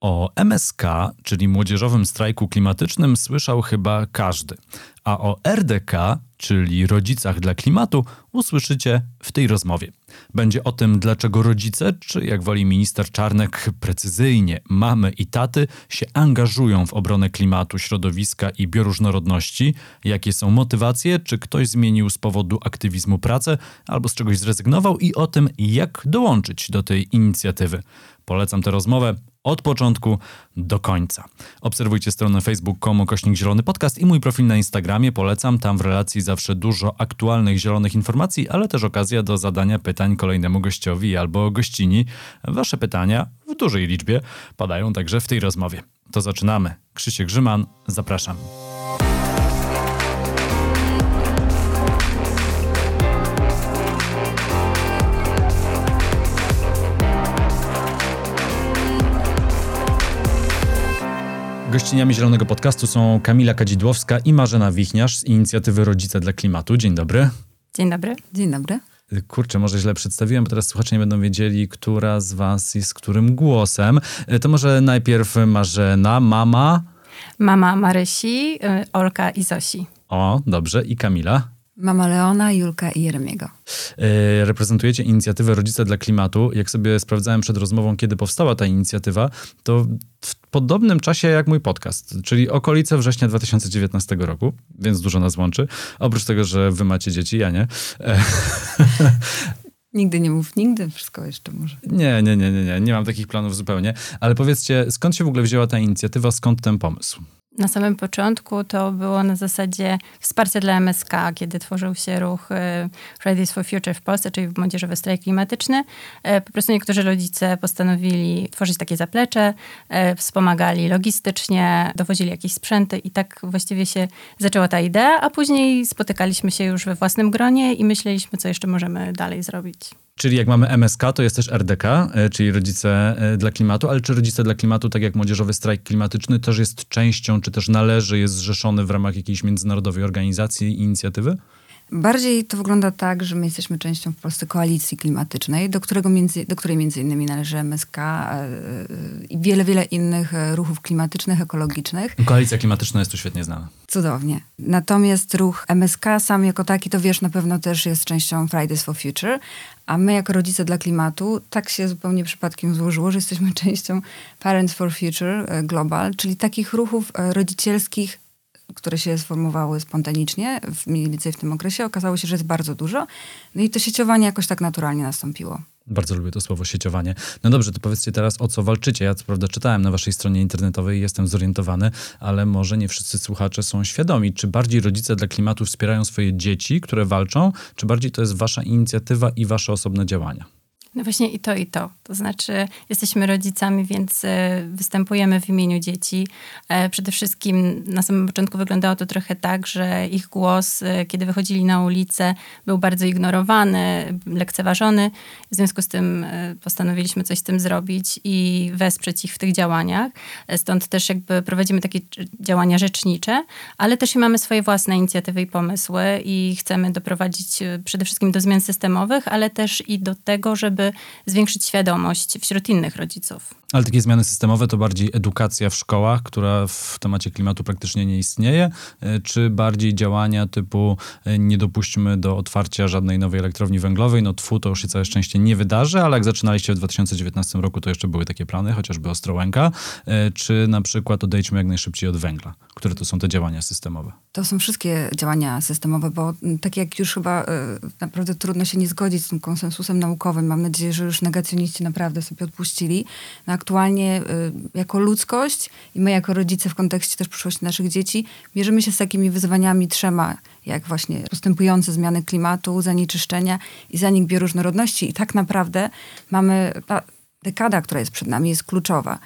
O MSK, czyli Młodzieżowym Strajku Klimatycznym, słyszał chyba każdy. A o RDK, czyli Rodzicach dla Klimatu, usłyszycie w tej rozmowie. Będzie o tym, dlaczego rodzice, czy jak woli minister Czarnek, precyzyjnie mamy i taty, się angażują w obronę klimatu, środowiska i bioróżnorodności, jakie są motywacje, czy ktoś zmienił z powodu aktywizmu pracę, albo z czegoś zrezygnował i o tym, jak dołączyć do tej inicjatywy. Polecam tę rozmowę od początku do końca. Obserwujcie stronę facebook.com/Zielony Podcast i mój profil na Instagramie. Polecam, tam w relacji zawsze dużo aktualnych zielonych informacji, ale też okazja do zadania pytań kolejnemu gościowi albo gościni. Wasze pytania w dużej liczbie padają także w tej rozmowie. To zaczynamy. Krzysiek Grzyman, zapraszam. Gościniami Zielonego Podcastu są Kamila Kadzidłowska i Marzena Wichniarz z inicjatywy Rodzice dla Klimatu. Dzień dobry. Dzień dobry. Dzień dobry. Kurczę, może źle przedstawiłem, bo teraz słuchacze nie będą wiedzieli, która z was jest którym głosem. To może najpierw Marzena, mama Marysi, Olka i Zosi. O, dobrze. I Kamila? Mama Leona, Julka i Jeremiego. Reprezentujecie inicjatywę Rodzice dla Klimatu. Jak sobie sprawdzałem przed rozmową, kiedy powstała ta inicjatywa, to w podobnym czasie jak mój podcast, czyli okolice września 2019 roku, więc dużo nas łączy. Oprócz tego, że wy macie dzieci, ja nie. Nigdy nie mów nigdy, wszystko jeszcze może. Nie mam takich planów zupełnie. Ale powiedzcie, skąd się w ogóle wzięła ta inicjatywa, skąd ten pomysł? Na samym początku to było na zasadzie wsparcia dla MSK, kiedy tworzył się ruch Fridays for Future w Polsce, czyli Młodzieżowy Strajk Klimatyczny. Po prostu niektórzy rodzice postanowili tworzyć takie zaplecze, wspomagali logistycznie, dowozili jakieś sprzęty i tak właściwie się zaczęła ta idea, a później spotykaliśmy się już we własnym gronie i myśleliśmy, co jeszcze możemy dalej zrobić. Czyli jak mamy MSK, to jest też RDK, czyli Rodzice dla Klimatu, ale czy Rodzice dla Klimatu, tak jak Młodzieżowy Strajk Klimatyczny, też jest częścią, czy też należy, jest zrzeszony w ramach jakiejś międzynarodowej organizacji i inicjatywy? Bardziej to wygląda tak, że my jesteśmy częścią po prostu koalicji klimatycznej, do której między innymi należy MSK i wiele innych ruchów klimatycznych, ekologicznych. Koalicja klimatyczna jest tu świetnie znana. Cudownie. Natomiast ruch MSK sam jako taki, to wiesz, na pewno też jest częścią Fridays for Future, a my jako Rodzice dla Klimatu, tak się zupełnie przypadkiem złożyło, że jesteśmy częścią Parents for Future Global, czyli takich ruchów rodzicielskich, które się sformowały spontanicznie, mniej więcej w tym okresie. Okazało się, że jest bardzo dużo. No i to sieciowanie jakoś tak naturalnie nastąpiło. Bardzo lubię to słowo sieciowanie. No dobrze, to powiedzcie teraz, o co walczycie. Ja co prawda czytałem na waszej stronie internetowej i jestem zorientowany, ale może nie wszyscy słuchacze są świadomi. Czy bardziej Rodzice dla Klimatu wspierają swoje dzieci, które walczą, czy bardziej to jest wasza inicjatywa i wasze osobne działania? No właśnie i to, i to. To znaczy jesteśmy rodzicami, więc występujemy w imieniu dzieci. Przede wszystkim na samym początku wyglądało to trochę tak, że ich głos, kiedy wychodzili na ulicę, był bardzo ignorowany, lekceważony. W związku z tym postanowiliśmy coś z tym zrobić i wesprzeć ich w tych działaniach. Stąd też jakby prowadzimy takie działania rzecznicze, ale też i mamy swoje własne inicjatywy i pomysły i chcemy doprowadzić przede wszystkim do zmian systemowych, ale też i do tego, żeby zwiększyć świadomość wśród innych rodziców. Ale takie zmiany systemowe to bardziej edukacja w szkołach, która w temacie klimatu praktycznie nie istnieje, czy bardziej działania typu nie dopuśćmy do otwarcia żadnej nowej elektrowni węglowej, no to już się całe szczęście nie wydarzy, ale jak zaczynaliście w 2019 roku, to jeszcze były takie plany, chociażby Ostrołęka, czy na przykład odejdźmy jak najszybciej od węgla. Które to są te działania systemowe? To są wszystkie działania systemowe, bo tak jak już chyba naprawdę trudno się nie zgodzić z tym konsensusem naukowym. Mam nadzieję, że już negacjoniści naprawdę sobie odpuścili. No aktualnie jako ludzkość i my jako rodzice w kontekście też przyszłości naszych dzieci mierzymy się z takimi wyzwaniami trzema, jak właśnie postępujące zmiany klimatu, zanieczyszczenia i zanik bioróżnorodności. I tak naprawdę ta dekada, która jest przed nami, jest kluczowa.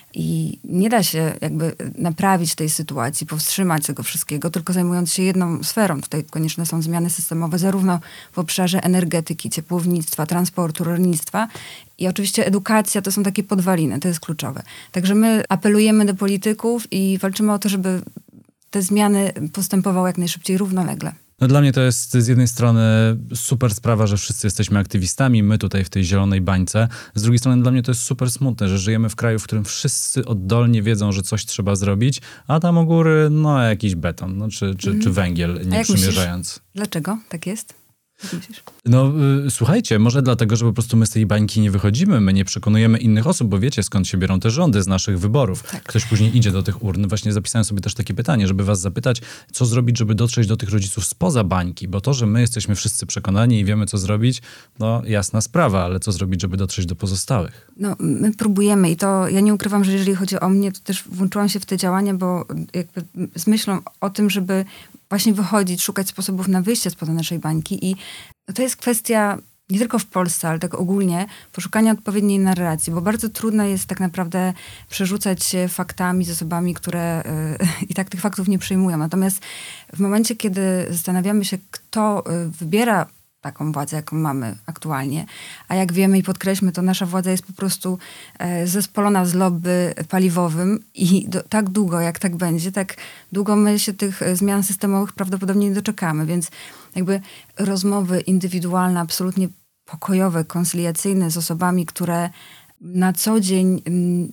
I nie da się jakby naprawić tej sytuacji, powstrzymać tego wszystkiego, tylko zajmując się jedną sferą. Tutaj konieczne są zmiany systemowe zarówno w obszarze energetyki, ciepłownictwa, transportu, rolnictwa i oczywiście edukacja to są takie podwaliny, to jest kluczowe. Także my apelujemy do polityków i walczymy o to, żeby te zmiany postępowały jak najszybciej równolegle. No dla mnie to jest z jednej strony super sprawa, że wszyscy jesteśmy aktywistami, my tutaj w tej zielonej bańce. Z drugiej strony dla mnie to jest super smutne, że żyjemy w kraju, w którym wszyscy oddolnie wiedzą, że coś trzeba zrobić, a tam u góry jakiś beton, czy węgiel, nie przymierzając. Myślisz, dlaczego tak jest? Jak myślisz? Słuchajcie, może dlatego, że po prostu my z tej bańki nie wychodzimy, my nie przekonujemy innych osób, bo wiecie, skąd się biorą te rządy z naszych wyborów. Tak. Ktoś później idzie do tych urn. Właśnie zapisałem sobie też takie pytanie, żeby was zapytać, co zrobić, żeby dotrzeć do tych rodziców spoza bańki, bo to, że my jesteśmy wszyscy przekonani i wiemy, co zrobić, jasna sprawa, ale co zrobić, żeby dotrzeć do pozostałych? My próbujemy i to ja nie ukrywam, że jeżeli chodzi o mnie, to też włączyłam się w te działania, bo jakby z myślą o tym, żeby właśnie wychodzić, szukać sposobów na wyjście spoza naszej bańki i to jest kwestia nie tylko w Polsce, ale tak ogólnie poszukania odpowiedniej narracji, bo bardzo trudno jest tak naprawdę przerzucać się faktami z osobami, które i tak tych faktów nie przyjmują. Natomiast w momencie, kiedy zastanawiamy się, kto wybiera taką władzę, jaką mamy aktualnie. A jak wiemy i podkreślmy, to nasza władza jest po prostu zespolona z lobby paliwowym i tak długo, jak tak będzie, tak długo my się tych zmian systemowych prawdopodobnie nie doczekamy. Więc jakby rozmowy indywidualne, absolutnie pokojowe, koncyliacyjne z osobami, które na co dzień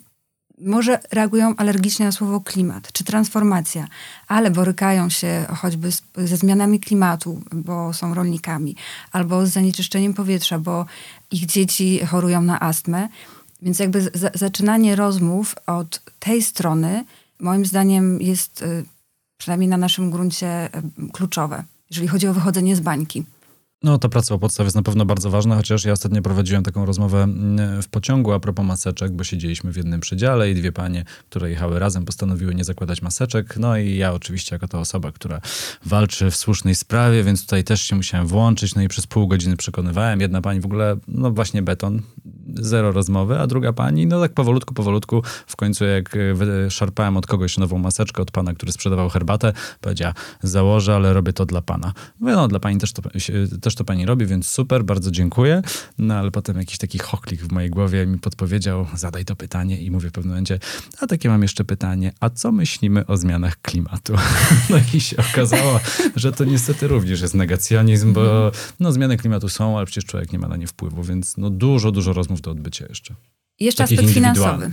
może reagują alergicznie na słowo klimat czy transformacja, ale borykają się choćby ze zmianami klimatu, bo są rolnikami, albo z zanieczyszczeniem powietrza, bo ich dzieci chorują na astmę. Więc jakby zaczynanie rozmów od tej strony moim zdaniem jest przynajmniej na naszym gruncie kluczowe, jeżeli chodzi o wychodzenie z bańki. Ta praca o podstaw jest na pewno bardzo ważna, chociaż ja ostatnio prowadziłem taką rozmowę w pociągu a propos maseczek, bo siedzieliśmy w jednym przedziale i dwie panie, które jechały razem, postanowiły nie zakładać maseczek. I ja oczywiście jako ta osoba, która walczy w słusznej sprawie, więc tutaj też się musiałem włączyć. I przez pół godziny przekonywałem. Jedna pani w ogóle, właśnie beton, zero rozmowy, a druga pani, tak powolutku, w końcu jak szarpałem od kogoś nową maseczkę, od pana, który sprzedawał herbatę, powiedziała, założę, ale robię to dla pana. Mówię, dla pani też to pani robi, więc super, bardzo dziękuję. Ale potem jakiś taki chochlik w mojej głowie mi podpowiedział, zadaj to pytanie i mówię w pewnym momencie, a takie mam jeszcze pytanie, a co myślimy o zmianach klimatu? I się okazało, że to niestety również jest negacjonizm, bo zmiany klimatu są, ale przecież człowiek nie ma na nie wpływu, więc dużo rozmów do odbycia jeszcze. I jeszcze aspekt finansowy.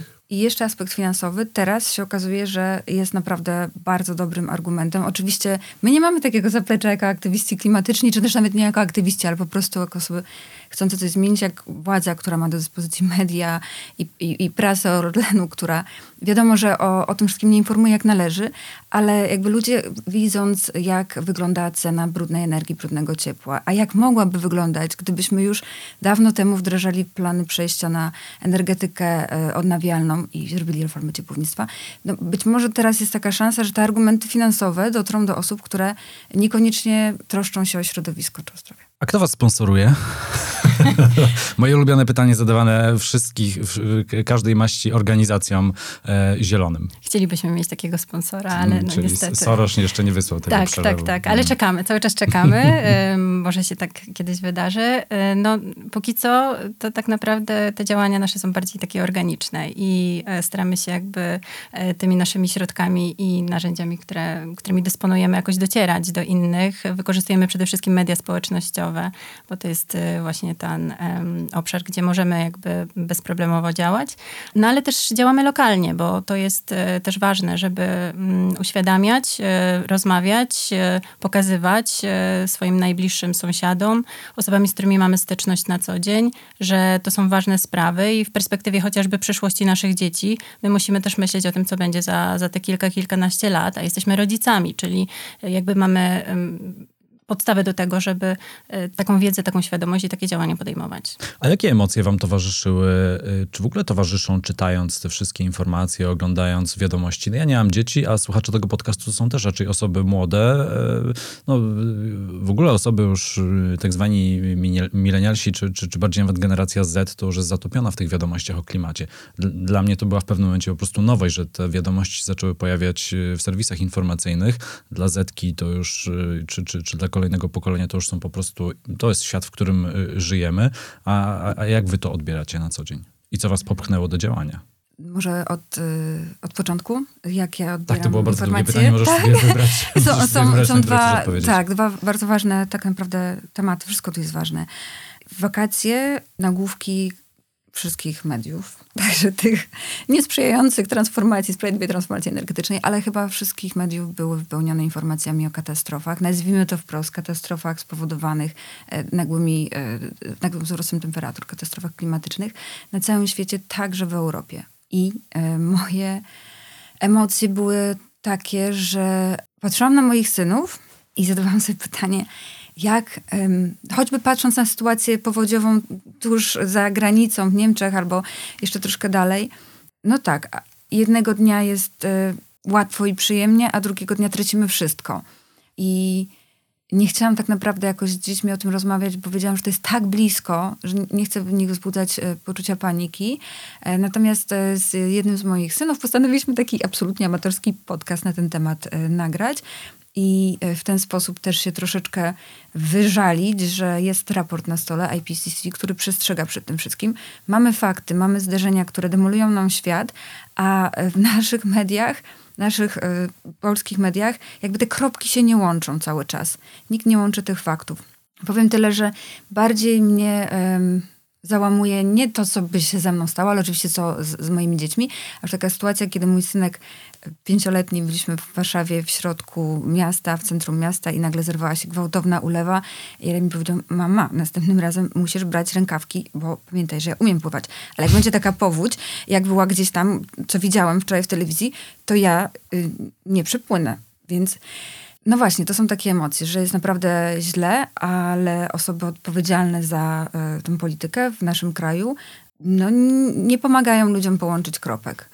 Teraz się okazuje, że jest naprawdę bardzo dobrym argumentem. Oczywiście my nie mamy takiego zaplecza jako aktywiści klimatyczni, czy też nawet nie jako aktywiści, ale po prostu jako osoby chcące coś zmienić, jak władza, która ma do dyspozycji media i prasę Orlenu, która wiadomo, że o tym wszystkim nie informuje jak należy, ale jakby ludzie widząc, jak wygląda cena brudnej energii, brudnego ciepła, a jak mogłaby wyglądać, gdybyśmy już dawno temu wdrażali plany przejścia na energetykę odnawialną i zrobili reformę ciepłownictwa. Być może teraz jest taka szansa, że te argumenty finansowe dotrą do osób, które niekoniecznie troszczą się o środowisko czy o zdrowie. A kto was sponsoruje? Moje ulubione pytanie zadawane każdej maści organizacjom zielonym. Chcielibyśmy mieć takiego sponsora, ale czyli niestety. Soros jeszcze nie wysłał tego przelewu. Tak, ale czekamy, cały czas czekamy. Może się tak kiedyś wydarzy. Póki co, to tak naprawdę te działania nasze są bardziej takie organiczne i staramy się jakby tymi naszymi środkami i narzędziami, którymi dysponujemy, jakoś docierać do innych. Wykorzystujemy przede wszystkim media społecznościowe, bo to jest właśnie ten obszar, gdzie możemy jakby bezproblemowo działać. Ale też działamy lokalnie, bo to jest też ważne, żeby uświadamiać, rozmawiać, pokazywać swoim najbliższym sąsiadom, osobami, z którymi mamy styczność na co dzień, że to są ważne sprawy i w perspektywie chociażby przyszłości naszych dzieci my musimy też myśleć o tym, co będzie za te kilkanaście lat, a jesteśmy rodzicami, czyli jakby mamy podstawę do tego, żeby taką wiedzę, taką świadomość i takie działania podejmować. A jakie emocje wam towarzyszyły, czy w ogóle towarzyszą czytając te wszystkie informacje, oglądając wiadomości? Ja nie mam dzieci, a słuchacze tego podcastu są też raczej osoby młode, w ogóle osoby już tak zwani milenialsi, czy bardziej nawet generacja Z, to już jest zatopiona w tych wiadomościach o klimacie. Dla mnie to była w pewnym momencie po prostu nowość, że te wiadomości zaczęły pojawiać w serwisach informacyjnych. Dla Zetki to już, czy dla kolejnego pokolenia to już są po prostu, to jest świat, w którym żyjemy. A jak wy to odbieracie na co dzień? I co was popchnęło do działania? Może od początku, jak ja odbieram Tak, to było bardzo długie informacje. pytanie, możesz sobie wybrać. Są dwa bardzo ważne tak naprawdę tematy, wszystko tu jest ważne. Wakacje, nagłówki wszystkich mediów, także tych niesprzyjających transformacji, sprawiedliwej transformacji energetycznej, ale chyba wszystkich mediów były wypełnione informacjami o katastrofach. Nazwijmy to wprost, katastrofach spowodowanych nagłym wzrostem temperatur, katastrofach klimatycznych na całym świecie, także w Europie. I moje emocje były takie, że patrzyłam na moich synów i zadawałam sobie pytanie, jak, choćby patrząc na sytuację powodziową tuż za granicą w Niemczech albo jeszcze troszkę dalej, no tak, jednego dnia jest łatwo i przyjemnie, a drugiego dnia tracimy wszystko. I nie chciałam tak naprawdę jakoś z dziećmi o tym rozmawiać, bo wiedziałam, że to jest tak blisko, że nie chcę w nich wzbudzać poczucia paniki. Natomiast z jednym z moich synów postanowiliśmy taki absolutnie amatorski podcast na ten temat nagrać. I w ten sposób też się troszeczkę wyżalić, że jest raport na stole IPCC, który przestrzega przed tym wszystkim. Mamy fakty, mamy zdarzenia, które demolują nam świat, a w naszych mediach, naszych polskich mediach, jakby te kropki się nie łączą cały czas. Nikt nie łączy tych faktów. Powiem tyle, że bardziej mnie załamuje nie to, co by się ze mną stało, ale oczywiście co z moimi dziećmi. Aż taka sytuacja, kiedy mój synek 5-letni, byliśmy w Warszawie w środku miasta, w centrum miasta i nagle zerwała się gwałtowna ulewa. I Jeremi powiedział, mama, następnym razem musisz brać rękawki, bo pamiętaj, że ja umiem pływać. Ale jak będzie taka powódź, jak była gdzieś tam, co widziałem wczoraj w telewizji, to ja nie przypłynę. Więc no właśnie, to są takie emocje, że jest naprawdę źle, ale osoby odpowiedzialne za tę politykę w naszym kraju no, nie pomagają ludziom połączyć kropek.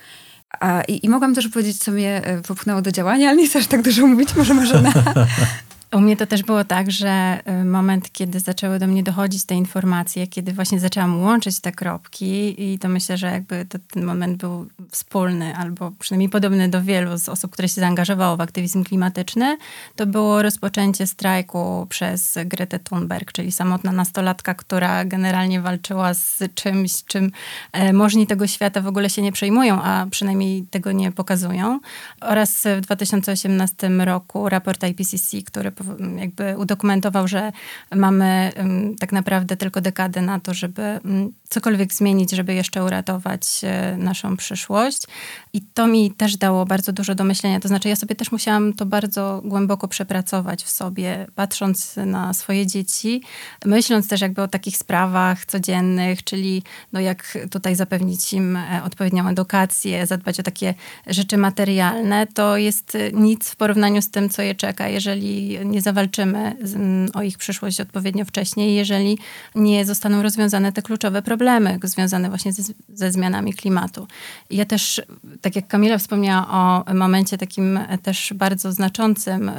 I mogłam też powiedzieć, co mnie popchnęło do działania, ale nie chcesz tak dużo mówić, może Marzena. U mnie to też było tak, że moment, kiedy zaczęły do mnie dochodzić te informacje, kiedy właśnie zaczęłam łączyć te kropki i to myślę, że jakby ten moment był wspólny albo przynajmniej podobny do wielu z osób, które się zaangażowało w aktywizm klimatyczny, to było rozpoczęcie strajku przez Gretę Thunberg, czyli samotna nastolatka, która generalnie walczyła z czymś, czym możni tego świata w ogóle się nie przejmują, a przynajmniej tego nie pokazują. Oraz w 2018 roku raport IPCC, który jakby udokumentował, że mamy tak naprawdę tylko dekadę na to, żeby cokolwiek zmienić, żeby jeszcze uratować naszą przyszłość. I to mi też dało bardzo dużo do myślenia. To znaczy ja sobie też musiałam to bardzo głęboko przepracować w sobie, patrząc na swoje dzieci, myśląc też jakby o takich sprawach codziennych, czyli no jak tutaj zapewnić im odpowiednią edukację, zadbać o takie rzeczy materialne, to jest nic w porównaniu z tym, co je czeka, jeżeli nie zawalczymy o ich przyszłość odpowiednio wcześniej, jeżeli nie zostaną rozwiązane te kluczowe problemy związane właśnie ze zmianami klimatu. I ja też, tak jak Kamila wspomniała o momencie takim też bardzo znaczącym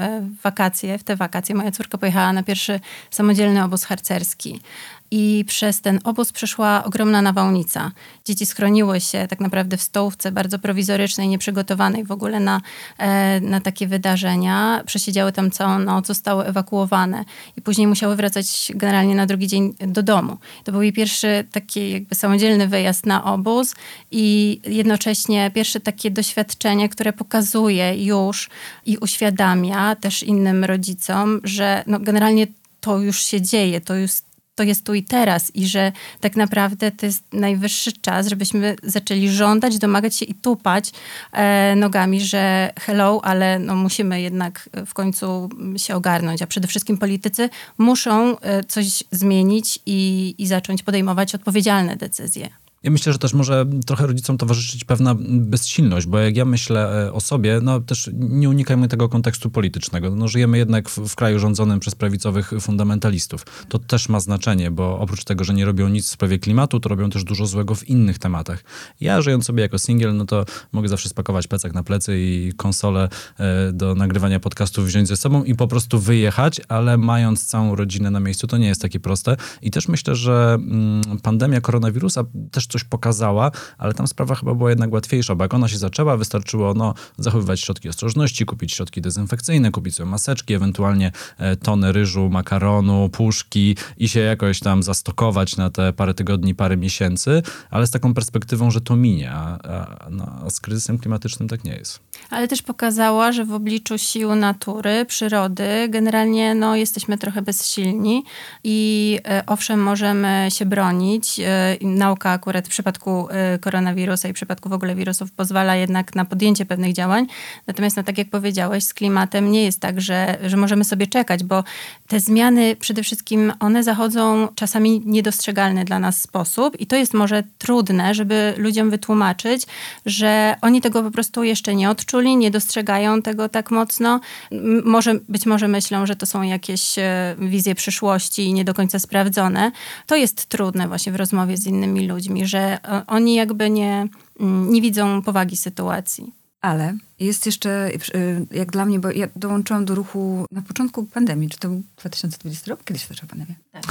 w te wakacje moja córka pojechała na pierwszy samodzielny obóz harcerski. I przez ten obóz przeszła ogromna nawałnica. Dzieci schroniły się tak naprawdę w stołówce bardzo prowizorycznej, nieprzygotowanej w ogóle na takie wydarzenia. Przesiedziały tam całą noc, zostały ewakuowane i później musiały wracać generalnie na drugi dzień do domu. To był jej pierwszy taki jakby samodzielny wyjazd na obóz i jednocześnie pierwsze takie doświadczenie, które pokazuje już i uświadamia też innym rodzicom, że no generalnie to już się dzieje, to jest tu i teraz i że tak naprawdę to jest najwyższy czas, żebyśmy zaczęli żądać, domagać się i tupać nogami, że hello, ale no musimy jednak w końcu się ogarnąć, a przede wszystkim politycy muszą coś zmienić i zacząć podejmować odpowiedzialne decyzje. Ja myślę, że też może trochę rodzicom towarzyszyć pewna bezsilność, bo jak ja myślę o sobie, no też nie unikajmy tego kontekstu politycznego. No, żyjemy jednak w kraju rządzonym przez prawicowych fundamentalistów. To też ma znaczenie, bo oprócz tego, że nie robią nic w sprawie klimatu, to robią też dużo złego w innych tematach. Ja żyjąc sobie jako singiel, no to mogę zawsze spakować plecak na plecy i konsolę do nagrywania podcastów wziąć ze sobą i po prostu wyjechać, ale mając całą rodzinę na miejscu, to nie jest takie proste. I też myślę, że pandemia koronawirusa też coś pokazała, ale tam sprawa chyba była jednak łatwiejsza, bo jak ona się zaczęła, wystarczyło zachowywać środki ostrożności, kupić środki dezynfekcyjne, kupić sobie maseczki, ewentualnie tonę ryżu, makaronu, puszki i się jakoś tam zastokować na te parę tygodni, parę miesięcy, ale z taką perspektywą, że to minie, a z kryzysem klimatycznym tak nie jest. Ale też pokazała, że w obliczu sił natury, przyrody, generalnie jesteśmy trochę bezsilni i owszem, możemy się bronić. Nauka akurat w przypadku koronawirusa i w przypadku w ogóle wirusów pozwala jednak na podjęcie pewnych działań. Natomiast tak jak powiedziałeś, z klimatem nie jest tak, że możemy sobie czekać, bo te zmiany przede wszystkim one zachodzą czasami niedostrzegalny dla nas sposób i to jest może trudne, żeby ludziom wytłumaczyć, że oni tego po prostu jeszcze nie odczuli, nie dostrzegają tego tak mocno. Być może myślą, że to są jakieś wizje przyszłości i nie do końca sprawdzone. To jest trudne właśnie w rozmowie z innymi ludźmi, że oni jakby nie widzą powagi sytuacji. Ale jest jeszcze, jak dla mnie, bo ja dołączyłam do ruchu na początku pandemii. Czy to był 2020 rok? Kiedy się zaczęła pandemia? Tak.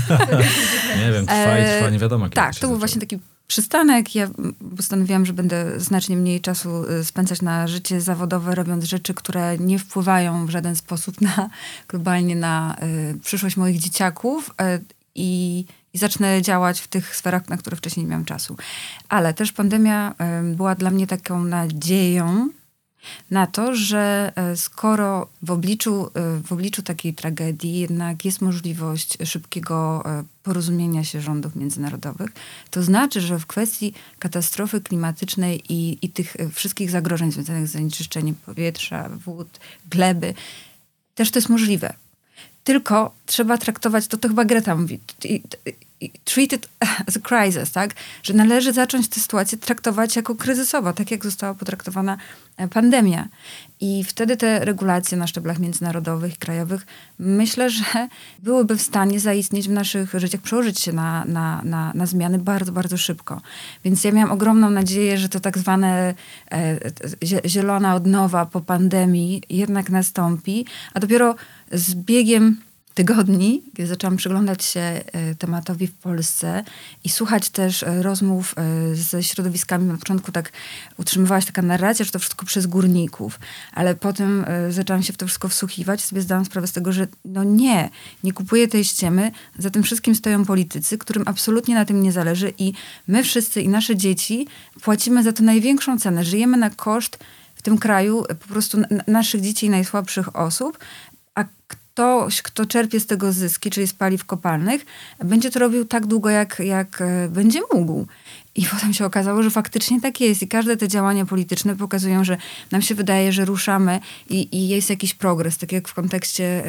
Nie wiem, trwa nie wiadomo kiedy. Tak, to był właśnie taki przystanek. Ja postanowiłam, że będę znacznie mniej czasu spędzać na życie zawodowe, robiąc rzeczy, które nie wpływają w żaden sposób globalnie na przyszłość moich dzieciaków. I zacznę działać w tych sferach, na które wcześniej nie miałam czasu. Ale też pandemia była dla mnie taką nadzieją na to, że skoro w obliczu takiej tragedii jednak jest możliwość szybkiego porozumienia się rządów międzynarodowych, to znaczy, że w kwestii katastrofy klimatycznej i tych wszystkich zagrożeń związanych z zanieczyszczeniem powietrza, wód, gleby, też to jest możliwe. Tylko trzeba traktować, to chyba Greta mówi, treat it as a crisis, tak? Że należy zacząć tę sytuację traktować jako kryzysowo, tak jak została potraktowana pandemia. I wtedy te regulacje na szczeblach międzynarodowych i krajowych, myślę, że byłyby w stanie zaistnieć w naszych życiach, przełożyć się na zmiany bardzo, bardzo szybko. Więc ja miałam ogromną nadzieję, że to tak zwane zielona odnowa po pandemii jednak nastąpi, a dopiero z biegiem tygodni, kiedy zaczęłam przyglądać się tematowi w Polsce i słuchać też rozmów ze środowiskami. Na początku tak utrzymywała się taka narracja, że to wszystko przez górników, ale potem zaczęłam się w to wszystko wsłuchiwać i sobie zdałam sprawę z tego, że nie kupuję tej ściemy. Za tym wszystkim stoją politycy, którym absolutnie na tym nie zależy i my wszyscy i nasze dzieci płacimy za to największą cenę. Żyjemy na koszt w tym kraju po prostu naszych dzieci i najsłabszych osób, a ktoś, kto czerpie z tego zyski, czyli z paliw kopalnych, będzie to robił tak długo, jak będzie mógł. I potem się okazało, że faktycznie tak jest. I każde te działania polityczne pokazują, że nam się wydaje, że ruszamy i jest jakiś progres, tak jak w kontekście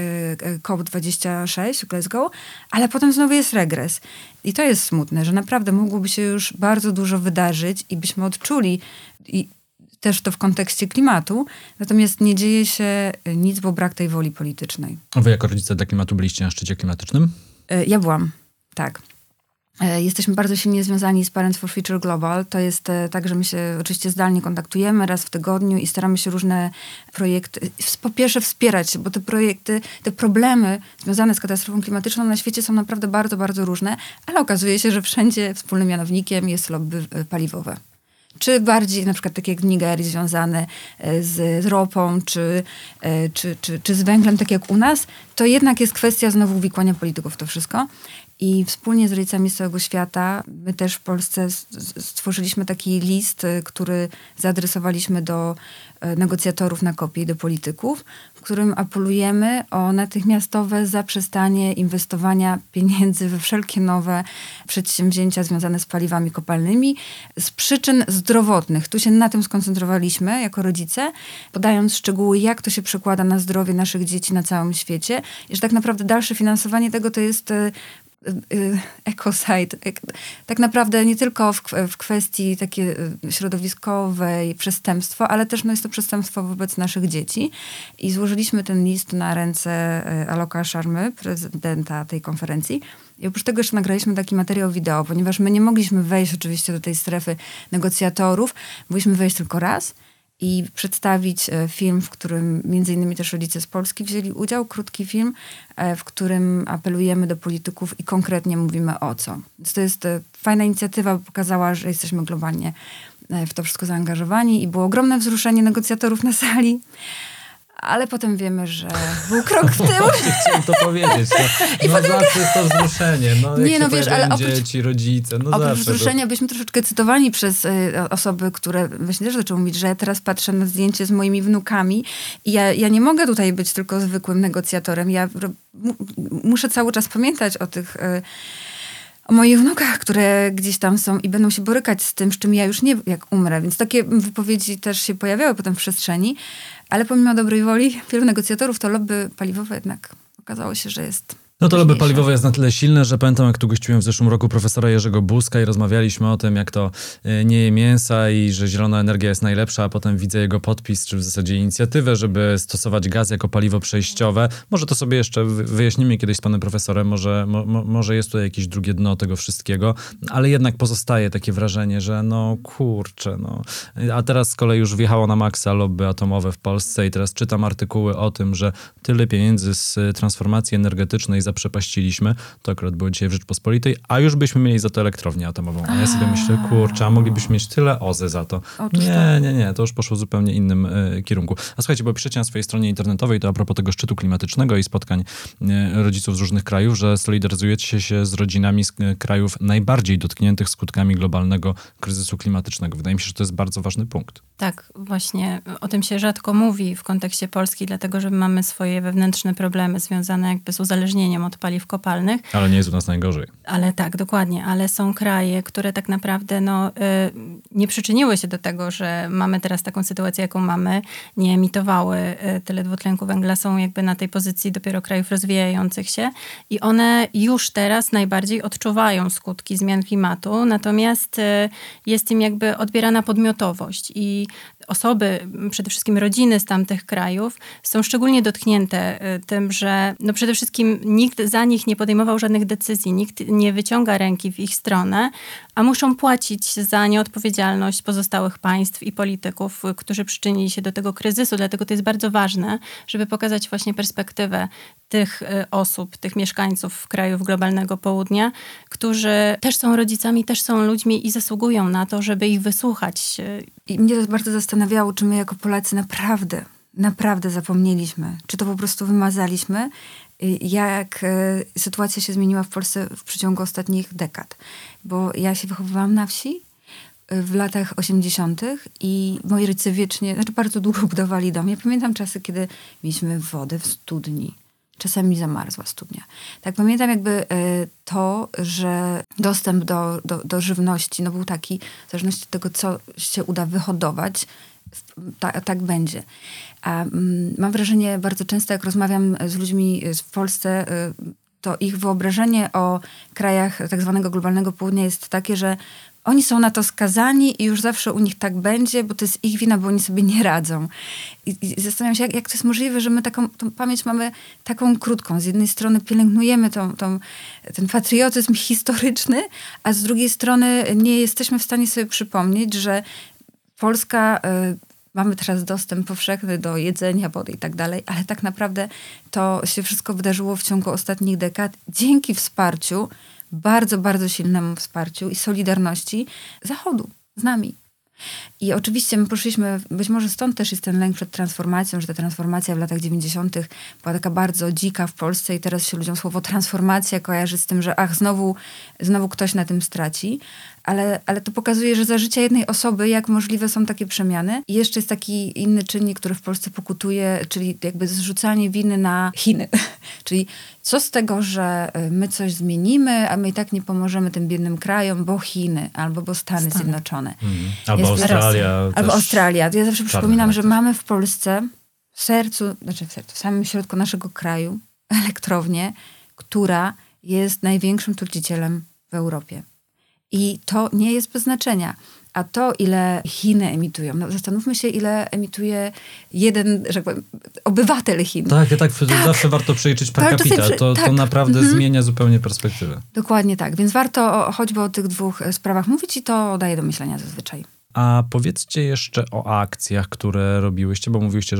COP26 w Glasgow, ale potem znowu jest regres. I to jest smutne, że naprawdę mogłoby się już bardzo dużo wydarzyć i byśmy odczuli też to w kontekście klimatu, natomiast nie dzieje się nic, bo brak tej woli politycznej. A wy jako rodzice dla klimatu byliście na szczycie klimatycznym? Ja byłam, tak. Jesteśmy bardzo silnie związani z Parents for Future Global. To jest tak, że my się oczywiście zdalnie kontaktujemy raz w tygodniu i staramy się różne projekty, po pierwsze wspierać, bo te projekty, te problemy związane z katastrofą klimatyczną na świecie są naprawdę bardzo, bardzo różne, ale okazuje się, że wszędzie wspólnym mianownikiem jest lobby paliwowe. Czy bardziej na przykład tak jak w Nigerii związane z ropą, czy z węglem, tak jak u nas, to jednak jest kwestia znowu uwikłania polityków w to wszystko. I wspólnie z rodzicami z całego świata, my też w Polsce stworzyliśmy taki list, który zaadresowaliśmy do negocjatorów na COP-ie i do polityków, w którym apelujemy o natychmiastowe zaprzestanie inwestowania pieniędzy we wszelkie nowe przedsięwzięcia związane z paliwami kopalnymi z przyczyn zdrowotnych. Tu się na tym skoncentrowaliśmy jako rodzice, podając szczegóły, jak to się przekłada na zdrowie naszych dzieci na całym świecie i że tak naprawdę dalsze finansowanie tego to jest ecocide. Tak naprawdę nie tylko w kwestii takiej środowiskowej przestępstwo, ale też jest to przestępstwo wobec naszych dzieci. I złożyliśmy ten list na ręce Aloka Sharmy, prezydenta tej konferencji. I oprócz tego jeszcze nagraliśmy taki materiał wideo, ponieważ my nie mogliśmy wejść oczywiście do tej strefy negocjatorów. Mogliśmy wejść tylko raz. i przedstawić film, w którym między innymi też rodzice z Polski wzięli udział, krótki film, w którym apelujemy do polityków i konkretnie mówimy o co. Więc to jest fajna inicjatywa, bo pokazała, że jesteśmy globalnie w to wszystko zaangażowani i było ogromne wzruszenie negocjatorów na sali. Ale potem wiemy, że był krok w tył. Chciałem to powiedzieć. No potem zawsze jest to wzruszenie. Wiesz, ale dzieci, rodzice. Oprócz wzruszenia byliśmy troszeczkę cytowani przez osoby, które właśnie też zaczęły mówić, że ja teraz patrzę na zdjęcie z moimi wnukami i ja nie mogę tutaj być tylko zwykłym negocjatorem. Ja muszę cały czas pamiętać o moich wnukach, które gdzieś tam są i będą się borykać z tym, z czym ja już nie, jak umrę. Więc takie wypowiedzi też się pojawiały potem w przestrzeni. Ale pomimo dobrej woli wielu negocjatorów, to lobby paliwowe jednak okazało się, że jest No to lobby paliwowe jest na tyle silne, że pamiętam, jak tu gościłem w zeszłym roku profesora Jerzego Buzka i rozmawialiśmy o tym, jak to nie je mięsa i że zielona energia jest najlepsza, a potem widzę jego podpis, czy w zasadzie inicjatywę, żeby stosować gaz jako paliwo przejściowe. Może to sobie jeszcze wyjaśnimy kiedyś z panem profesorem, może jest tutaj jakieś drugie dno tego wszystkiego, ale jednak pozostaje takie wrażenie, że A teraz z kolei już wjechało na maksa lobby atomowe w Polsce i teraz czytam artykuły o tym, że tyle pieniędzy z transformacji energetycznej zaprzepaściliśmy, to akurat było dzisiaj w Rzeczpospolitej, a już byśmy mieli za to elektrownię atomową. A ja sobie myślę, a moglibyśmy mieć tyle OZE za to. Nie, to już poszło w zupełnie innym kierunku. A słuchajcie, bo piszecie na swojej stronie internetowej, to a propos tego szczytu klimatycznego i spotkań rodziców z różnych krajów, że solidaryzujecie się z rodzinami z krajów najbardziej dotkniętych skutkami globalnego kryzysu klimatycznego. Wydaje mi się, że to jest bardzo ważny punkt. Tak, właśnie o tym się rzadko mówi w kontekście Polski, dlatego że mamy swoje wewnętrzne problemy związane jakby z uzależnieniem od paliw kopalnych. Ale nie jest u nas najgorzej. Ale tak, dokładnie. Ale są kraje, które tak naprawdę nie przyczyniły się do tego, że mamy teraz taką sytuację, jaką mamy. Nie emitowały tyle dwutlenku węgla. Są jakby na tej pozycji dopiero krajów rozwijających się. I one już teraz najbardziej odczuwają skutki zmian klimatu. Natomiast jest im jakby odbierana podmiotowość. I osoby, przede wszystkim rodziny z tamtych krajów są szczególnie dotknięte tym, że przede wszystkim nikt za nich nie podejmował żadnych decyzji, nikt nie wyciąga ręki w ich stronę, a muszą płacić za nieodpowiedzialność pozostałych państw i polityków, którzy przyczynili się do tego kryzysu. Dlatego to jest bardzo ważne, żeby pokazać właśnie perspektywę tych osób, tych mieszkańców krajów globalnego południa, którzy też są rodzicami, też są ludźmi i zasługują na to, żeby ich wysłuchać. I mnie to bardzo zastanawiało, czy my jako Polacy naprawdę zapomnieliśmy, czy to po prostu wymazaliśmy, jak sytuacja się zmieniła w Polsce w przeciągu ostatnich dekad. Bo ja się wychowywałam na wsi w latach 80. i moi rodzice bardzo długo budowali dom. Ja pamiętam czasy, kiedy mieliśmy wodę w studni. Czasami zamarzła studnia. Tak, pamiętam jakby to, że dostęp do żywności był taki, w zależności od tego, co się uda wyhodować, tak będzie. A mam wrażenie bardzo często, jak rozmawiam z ludźmi w Polsce, to ich wyobrażenie o krajach tak zwanego globalnego południa jest takie, że oni są na to skazani i już zawsze u nich tak będzie, bo to jest ich wina, bo oni sobie nie radzą. I zastanawiam się, jak to jest możliwe, że my tą pamięć mamy taką krótką. Z jednej strony pielęgnujemy ten patriotyzm historyczny, a z drugiej strony nie jesteśmy w stanie sobie przypomnieć, że Polska... Mamy teraz dostęp powszechny do jedzenia, wody i tak dalej, ale tak naprawdę to się wszystko wydarzyło w ciągu ostatnich dekad dzięki wsparciu, bardzo, bardzo silnemu wsparciu i solidarności Zachodu z nami. I oczywiście my poszliśmy, być może stąd też jest ten lęk przed transformacją, że ta transformacja w latach 90. była taka bardzo dzika w Polsce i teraz się ludziom słowo transformacja kojarzy z tym, że znowu ktoś na tym straci. Ale to pokazuje, że za życia jednej osoby jak możliwe są takie przemiany. I jeszcze jest taki inny czynnik, który w Polsce pokutuje, czyli jakby zrzucanie winy na Chiny. Czyli co z tego, że my coś zmienimy, a my i tak nie pomożemy tym biednym krajom, bo Chiny albo bo Stany Zjednoczone. Albo Australia. Albo Australia. Ja zawsze przypominam, że mamy w Polsce w samym środku naszego kraju elektrownię, która jest największym trucicielem w Europie. I to nie jest bez znaczenia. A to, ile Chiny emitują, zastanówmy się, ile emituje jeden, że tak powiem, obywatel Chin. Tak, zawsze warto przeliczyć per capita. To naprawdę zmienia zupełnie perspektywę. Dokładnie tak. Więc warto choćby o tych dwóch sprawach mówić i to daje do myślenia zazwyczaj. A powiedzcie jeszcze o akcjach, które robiłyście, bo mówiliście,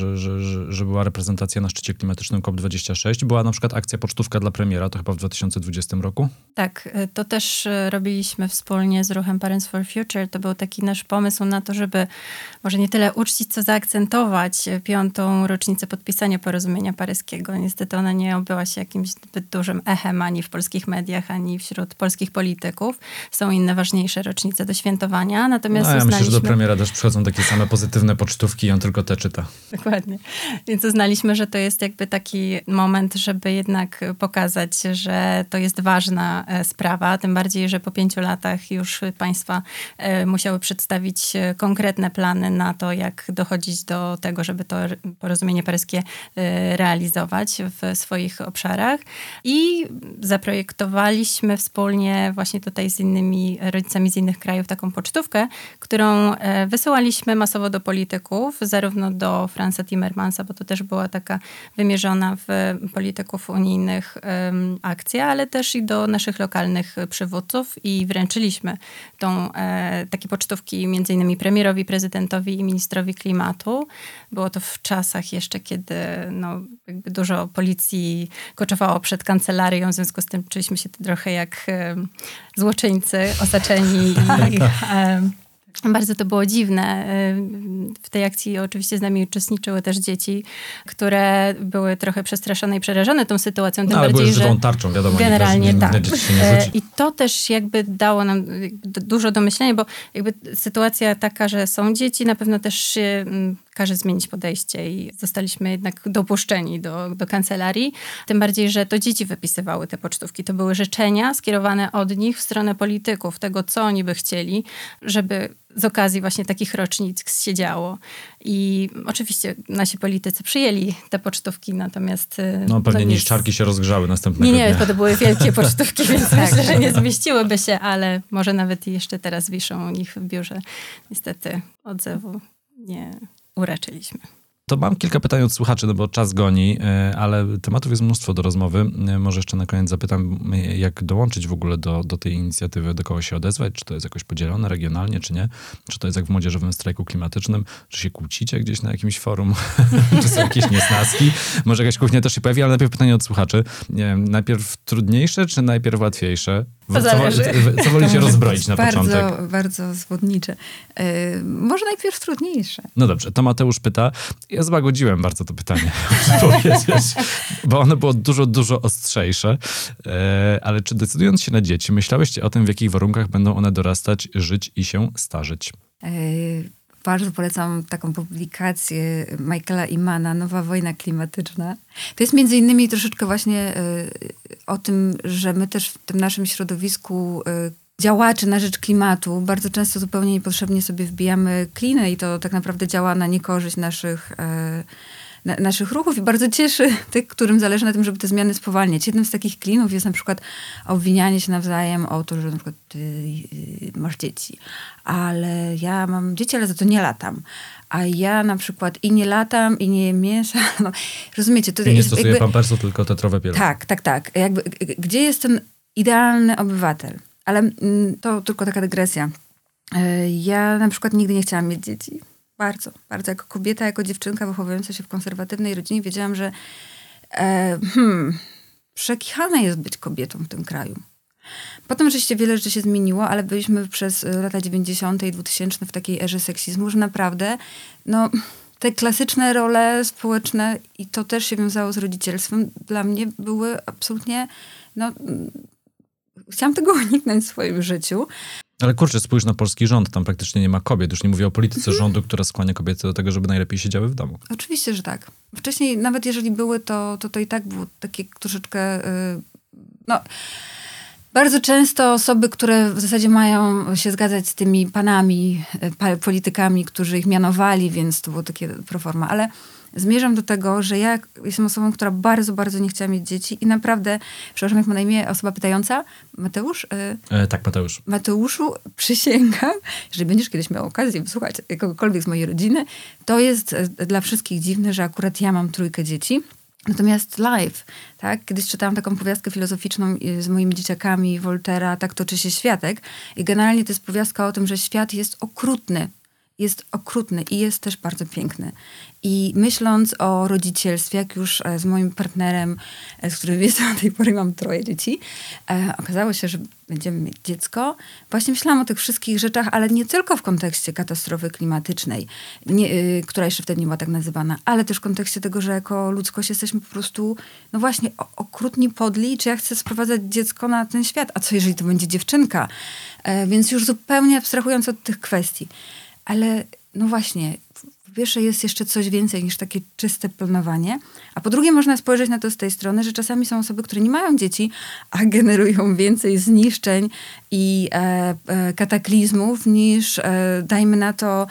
że była reprezentacja na szczycie klimatycznym COP26. Była na przykład akcja Pocztówka dla premiera, to chyba w 2020 roku? Tak, to też robiliśmy wspólnie z ruchem Parents for Future. To był taki nasz pomysł na to, żeby może nie tyle uczcić, co zaakcentować 5. rocznicę podpisania porozumienia paryskiego. Niestety ona nie obyła się jakimś zbyt dużym echem ani w polskich mediach, ani wśród polskich polityków. Są inne ważniejsze rocznice do świętowania, natomiast ja myślę, że do premiera też przychodzą takie same pozytywne pocztówki i on tylko te czyta. Dokładnie. Więc uznaliśmy, że to jest jakby taki moment, żeby jednak pokazać, że to jest ważna sprawa, tym bardziej, że po 5 latach już państwa musiały przedstawić konkretne plany na to, jak dochodzić do tego, żeby to porozumienie paryskie realizować w swoich obszarach. I zaprojektowaliśmy wspólnie właśnie tutaj z innymi rodzicami z innych krajów taką pocztówkę, którą wysyłaliśmy masowo do polityków, zarówno do Franza Timmermansa, bo to też była taka wymierzona w polityków unijnych akcja, ale też i do naszych lokalnych przywódców i wręczyliśmy takie pocztówki między innymi premierowi, prezydentowi i ministrowi klimatu. Było to w czasach jeszcze, kiedy jakby dużo policji koczowało przed kancelarią, w związku z tym czuliśmy się trochę jak złoczyńcy osaczeni i bardzo to było dziwne. W tej akcji oczywiście z nami uczestniczyły też dzieci, które były trochę przestraszone i przerażone tą sytuacją. Tym ale bardziej, były żywą że tarczą, wiadomo. generalnie tak. Dzieci się nie rzuci. I to też jakby dało nam dużo do myślenia, bo jakby sytuacja taka, że są dzieci, na pewno też się każe zmienić podejście i zostaliśmy jednak dopuszczeni do kancelarii. Tym bardziej, że to dzieci wypisywały te pocztówki. To były życzenia skierowane od nich w stronę polityków, tego co oni by chcieli, żeby z okazji właśnie takich rocznic się działo. I oczywiście nasi politycy przyjęli te pocztówki, natomiast... pewnie niszczarki się rozgrzały następnego dnia. Nie, to były wielkie pocztówki, więc myślę, że nie zmieściłyby się, ale może nawet jeszcze teraz wiszą u nich w biurze. Niestety odzewu nie uraczyliśmy. To mam kilka pytań od słuchaczy, bo czas goni, ale tematów jest mnóstwo do rozmowy. Może jeszcze na koniec zapytam, jak dołączyć w ogóle do tej inicjatywy, do kogo się odezwać? Czy to jest jakoś podzielone regionalnie, czy nie? Czy to jest jak w młodzieżowym strajku klimatycznym? Czy się kłócicie gdzieś na jakimś forum? Czy są jakieś niesnaski? Może jakaś kuchnia też się pojawi, ale najpierw pytanie od słuchaczy. Nie wiem, najpierw trudniejsze, czy najpierw łatwiejsze? Co wolicie rozbroić na początek? Bardzo zwodnicze. Może najpierw trudniejsze. No dobrze, to Mateusz pyta. Ja złagodziłem bardzo to pytanie, muszę powiedzieć, bo ono było dużo ostrzejsze. Ale czy decydując się na dzieci, myślałyście o tym, w jakich warunkach będą one dorastać, żyć i się starzeć? Bardzo polecam taką publikację Michaela Imana, Nowa wojna klimatyczna. To jest między innymi troszeczkę właśnie o tym, że my też w tym naszym środowisku działaczy na rzecz klimatu bardzo często zupełnie niepotrzebnie sobie wbijamy klinę i to tak naprawdę działa na niekorzyść naszych ruchów i bardzo cieszy tych, którym zależy na tym, żeby te zmiany spowalniać. Jednym z takich klinów jest na przykład obwinianie się nawzajem o to, że na przykład ty masz dzieci, ale ja mam dzieci, ale za to nie latam. A ja na przykład i nie latam, i nie jem mięsa. No, rozumiecie? To I nie stosuję pampersu, tylko tetrowe pieluchy. Tak. Jakby, gdzie jest ten idealny obywatel? Ale to tylko taka dygresja. Ja na przykład nigdy nie chciałam mieć dzieci. Bardzo. Jako kobieta, jako dziewczynka wychowująca się w konserwatywnej rodzinie wiedziałam, że przekichane jest być kobietą w tym kraju. Potem oczywiście wiele rzeczy się zmieniło, ale byliśmy przez lata 90. i 2000 w takiej erze seksizmu, że naprawdę te klasyczne role społeczne i to też się wiązało z rodzicielstwem, dla mnie były absolutnie chciałam tego uniknąć w swoim życiu. Ale kurczę, spójrz na polski rząd, tam praktycznie nie ma kobiet. Już nie mówię o polityce rządu, która skłania kobiety do tego, żeby najlepiej siedziały w domu. Oczywiście, że tak. Wcześniej, nawet jeżeli były, to i tak było takie troszeczkę... Bardzo często osoby, które w zasadzie mają się zgadzać z tymi panami, politykami, którzy ich mianowali, więc to było takie proforma. Ale zmierzam do tego, że ja jestem osobą, która bardzo, bardzo nie chciała mieć dzieci i naprawdę, przepraszam, jak ma na imię osoba pytająca, Mateusz? Tak, Mateusz. Mateuszu, przysięgam, jeżeli będziesz kiedyś miał okazję wysłuchać kogokolwiek z mojej rodziny, to jest dla wszystkich dziwne, że akurat ja mam 3 dzieci. Natomiast live, tak? Kiedyś czytałam taką powiastkę filozoficzną z moimi dzieciakami, Voltaire'a, Tak toczy się światek. I generalnie to jest powiastka o tym, że świat jest okrutny. Jest okrutny i jest też bardzo piękny. I myśląc o rodzicielstwie, jak już z moim partnerem, z którym jestem do tej pory, mam 3 dzieci, okazało się, że będziemy mieć dziecko. Właśnie myślałam o tych wszystkich rzeczach, ale nie tylko w kontekście katastrofy klimatycznej, która jeszcze wtedy nie była tak nazywana, ale też w kontekście tego, że jako ludzkość jesteśmy po prostu, no właśnie, okrutni, podli, czy ja chcę sprowadzać dziecko na ten świat, a co jeżeli to będzie dziewczynka? Więc już zupełnie abstrahując od tych kwestii. Ale no właśnie, po pierwsze jest jeszcze coś więcej niż takie czyste planowanie, a po drugie można spojrzeć na to z tej strony, że czasami są osoby, które nie mają dzieci, a generują więcej zniszczeń i kataklizmów niż, dajmy na to,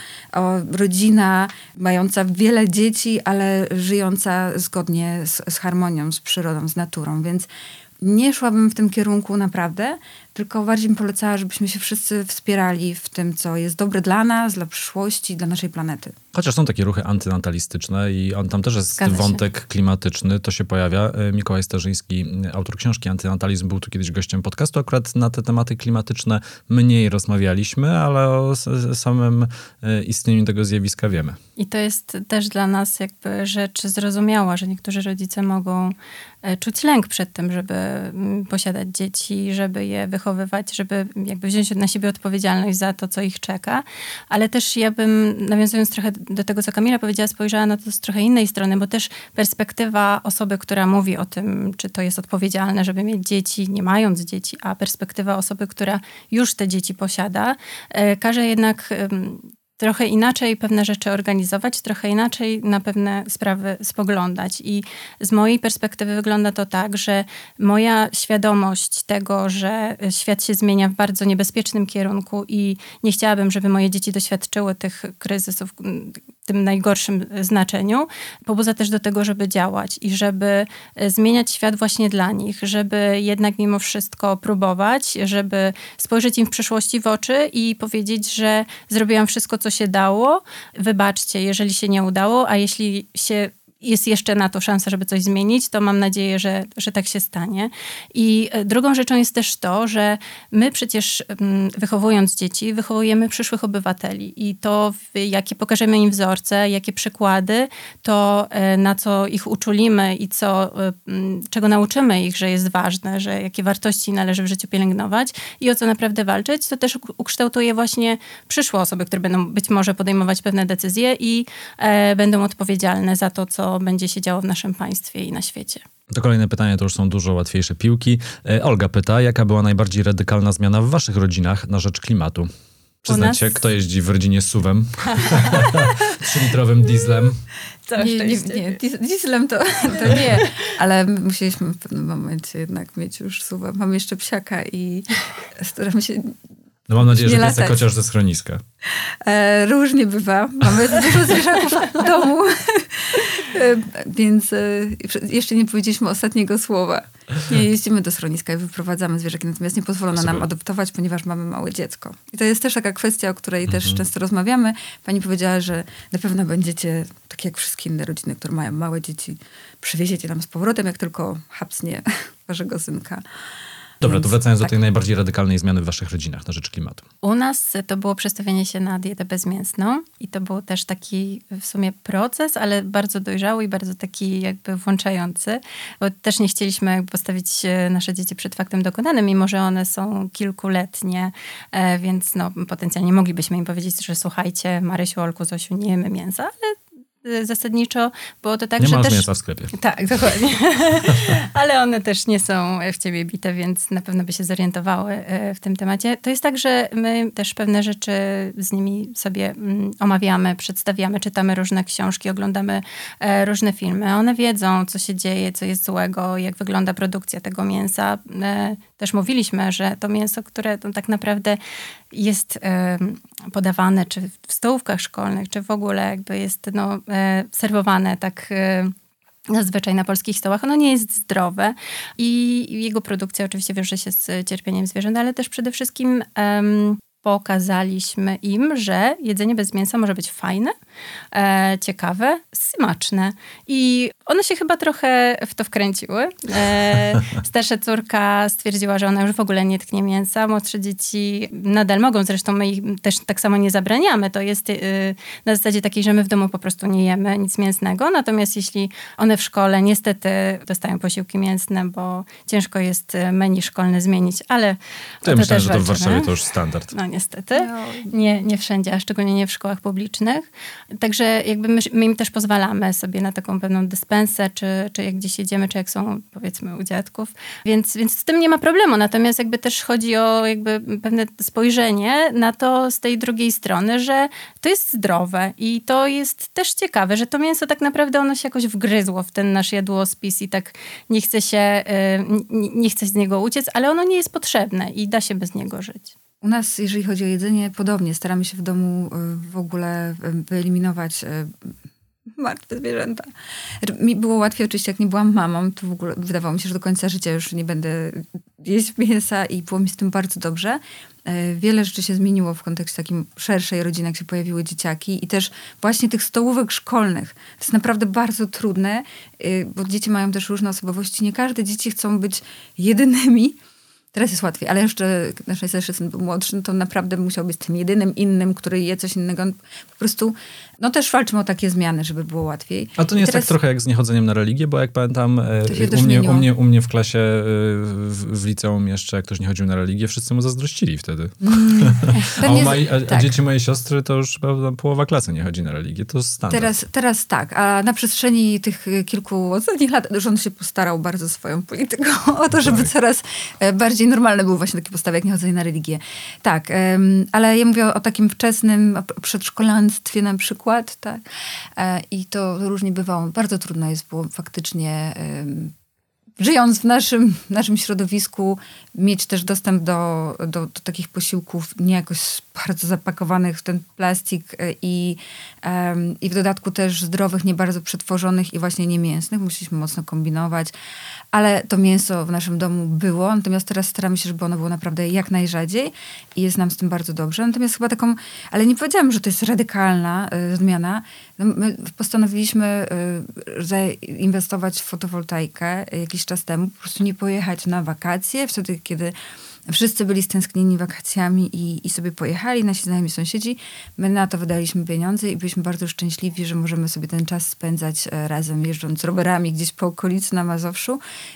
rodzina mająca wiele dzieci, ale żyjąca zgodnie z harmonią, z przyrodą, z naturą. Więc nie szłabym w tym kierunku naprawdę, tylko bardziej bym polecała, żebyśmy się wszyscy wspierali w tym, co jest dobre dla nas, dla przyszłości, dla naszej planety. Chociaż są takie ruchy antynatalistyczne i tam też jest wątek klimatyczny, to się pojawia. Mikołaj Starzyński, autor książki Antynatalizm, był tu kiedyś gościem podcastu. Akurat na te tematy klimatyczne mniej rozmawialiśmy, ale o samym istnieniu tego zjawiska wiemy. I to jest też dla nas jakby rzecz zrozumiała, że niektórzy rodzice mogą czuć lęk przed tym, żeby posiadać dzieci, żeby je wychowywać, żeby jakby wziąć na siebie odpowiedzialność za to, co ich czeka. Ale też ja bym, nawiązując trochę do tego, co Kamila powiedziała, spojrzała na to z trochę innej strony, bo też perspektywa osoby, która mówi o tym, czy to jest odpowiedzialne, żeby mieć dzieci, nie mając dzieci, a perspektywa osoby, która już te dzieci posiada, każe jednak trochę inaczej pewne rzeczy organizować, trochę inaczej na pewne sprawy spoglądać. I z mojej perspektywy wygląda to tak, że moja świadomość tego, że świat się zmienia w bardzo niebezpiecznym kierunku i nie chciałabym, żeby moje dzieci doświadczyły tych kryzysów w tym najgorszym znaczeniu, pobudza też do tego, żeby działać i żeby zmieniać świat właśnie dla nich, żeby jednak mimo wszystko próbować, żeby spojrzeć im w przyszłości w oczy i powiedzieć, że zrobiłam wszystko, co się dało. Wybaczcie, jeżeli się nie udało, a jeśli jest jeszcze na to szansa, żeby coś zmienić, to mam nadzieję, że tak się stanie. I drugą rzeczą jest też to, że my przecież wychowując dzieci, wychowujemy przyszłych obywateli i to, jakie pokażemy im wzorce, jakie przykłady, to na co ich uczulimy i czego nauczymy ich, że jest ważne, że jakie wartości należy w życiu pielęgnować i o co naprawdę walczyć, to też ukształtuje właśnie przyszłe osoby, które będą być może podejmować pewne decyzje i będą odpowiedzialne za to, co będzie się działo w naszym państwie i na świecie. To kolejne pytanie, to już są dużo łatwiejsze piłki. Olga pyta, jaka była najbardziej radykalna zmiana w waszych rodzinach na rzecz klimatu? Przyznać się, kto jeździ w rodzinie SUV-em? 3-litrowym dieslem? Nie, dieslem to nie, ale musieliśmy w pewnym momencie jednak mieć już SUV-a. Mam jeszcze psiaka i staramy się no mam nadzieję, że latać. piesek chociaż ze schroniska. Różnie bywa. Mamy dużo zwierzaków w domu. Więc jeszcze nie powiedzieliśmy ostatniego słowa. Nie jeździmy do schroniska i wyprowadzamy zwierzaki, natomiast nie pozwolono nam adoptować, ponieważ mamy małe dziecko. I to jest też taka kwestia, o której też często rozmawiamy. Pani powiedziała, że na pewno będziecie, tak jak wszystkie inne rodziny, które mają małe dzieci, przywieziecie nam z powrotem, jak tylko hapsnie waszego synka. Dobra, to wracając do tej najbardziej radykalnej zmiany w waszych rodzinach na rzecz klimatu. U nas to było przestawienie się na dietę bezmięsną i to był też taki w sumie proces, ale bardzo dojrzały i bardzo taki jakby włączający, bo też nie chcieliśmy jakby postawić nasze dzieci przed faktem dokonanym, mimo że one są kilkuletnie, więc no, potencjalnie moglibyśmy im powiedzieć, że słuchajcie, Marysiu, Olku, Zosiu, nie jemy mięsa, ale zasadniczo było to tak, nie że masz też... mięsa w sklepie. Tak, dokładnie. Ale one też nie są w ciebie bite, więc na pewno by się zorientowały w tym temacie. To jest tak, że my też pewne rzeczy z nimi sobie omawiamy, przedstawiamy, czytamy różne książki, oglądamy różne filmy. One wiedzą, co się dzieje, co jest złego, jak wygląda produkcja tego mięsa. Też mówiliśmy, że to mięso, które tak naprawdę jest podawane, czy w stołówkach szkolnych, czy w ogóle jakby jest serwowane tak zazwyczaj na polskich stołach, ono nie jest zdrowe i jego produkcja oczywiście wiąże się z cierpieniem zwierząt, ale też przede wszystkim pokazaliśmy im, że jedzenie bez mięsa może być fajne, ciekawe, smaczne. I one się chyba trochę w to wkręciły. Starsza córka stwierdziła, że ona już w ogóle nie tknie mięsa. Młodsze dzieci nadal mogą, zresztą my ich też tak samo nie zabraniamy. To jest na zasadzie takiej, że my w domu po prostu nie jemy nic mięsnego. Natomiast jeśli one w szkole niestety dostają posiłki mięsne, bo ciężko jest menu szkolne zmienić, ale to ja myślę, że to w Warszawie to już standard. No niestety. Nie wszędzie, a szczególnie nie w szkołach publicznych. Także jakby my im też pozwalamy sobie na taką pewną dyspensę, czy jak gdzieś jedziemy, czy jak są powiedzmy u dziadków. Więc z tym nie ma problemu. Natomiast jakby też chodzi o jakby pewne spojrzenie na to z tej drugiej strony, że to jest zdrowe i to jest też ciekawe, że to mięso tak naprawdę ono się jakoś wgryzło w ten nasz jadłospis i tak nie chce z niego uciec, ale ono nie jest potrzebne i da się bez niego żyć. U nas, jeżeli chodzi o jedzenie, podobnie. Staramy się w domu w ogóle wyeliminować martwe zwierzęta. Mi było łatwiej oczywiście, jak nie byłam mamą, to w ogóle wydawało mi się, że do końca życia już nie będę jeść mięsa i było mi z tym bardzo dobrze. Wiele rzeczy się zmieniło w kontekście takim szerszej rodziny, jak się pojawiły dzieciaki i też właśnie tych stołówek szkolnych. To jest naprawdę bardzo trudne, bo dzieci mają też różne osobowości. Nie każde dzieci chcą być jedynymi. Teraz jest łatwiej, ale jeszcze nasz najstarszy syn był młodszy, no to naprawdę musiał być tym jedynym innym, który je coś innego. Po prostu, no też walczymy o takie zmiany, żeby było łatwiej. A to nie jest tak trochę jak z niechodzeniem na religię, bo jak pamiętam, u mnie w klasie w liceum jeszcze, jak ktoś nie chodził na religię, wszyscy mu zazdrościli wtedy. A dzieci mojej siostry to już chyba połowa klasy nie chodzi na religię, to jest standard. Teraz tak, a na przestrzeni tych kilku ostatnich lat rząd się postarał bardzo swoją polityką o to, żeby coraz bardziej normalne były właśnie takie postawy, jak niechodzenie na religię. Tak, ale ja mówię o takim wczesnym przedszkolanstwie na przykład, tak. I to różnie bywało. Bardzo trudno jest było faktycznie, żyjąc w naszym środowisku, mieć też dostęp do takich posiłków nie jakoś bardzo zapakowanych w ten plastik i w dodatku też zdrowych, nie bardzo przetworzonych i właśnie niemięsnych. Musieliśmy mocno kombinować, ale to mięso w naszym domu było, natomiast teraz staramy się, żeby ono było naprawdę jak najrzadziej i jest nam z tym bardzo dobrze. Natomiast chyba taką, ale nie powiedziałam, że to jest radykalna zmiana. No, my postanowiliśmy zainwestować w fotowoltaikę jakiś czas temu, po prostu nie pojechać na wakacje, wtedy kiedy wszyscy byli stęsknieni wakacjami i sobie pojechali, nasi znajomi sąsiedzi. My na to wydaliśmy pieniądze i byliśmy bardzo szczęśliwi, że możemy sobie ten czas spędzać razem, jeżdżąc rowerami gdzieś po okolicy na Mazowszu.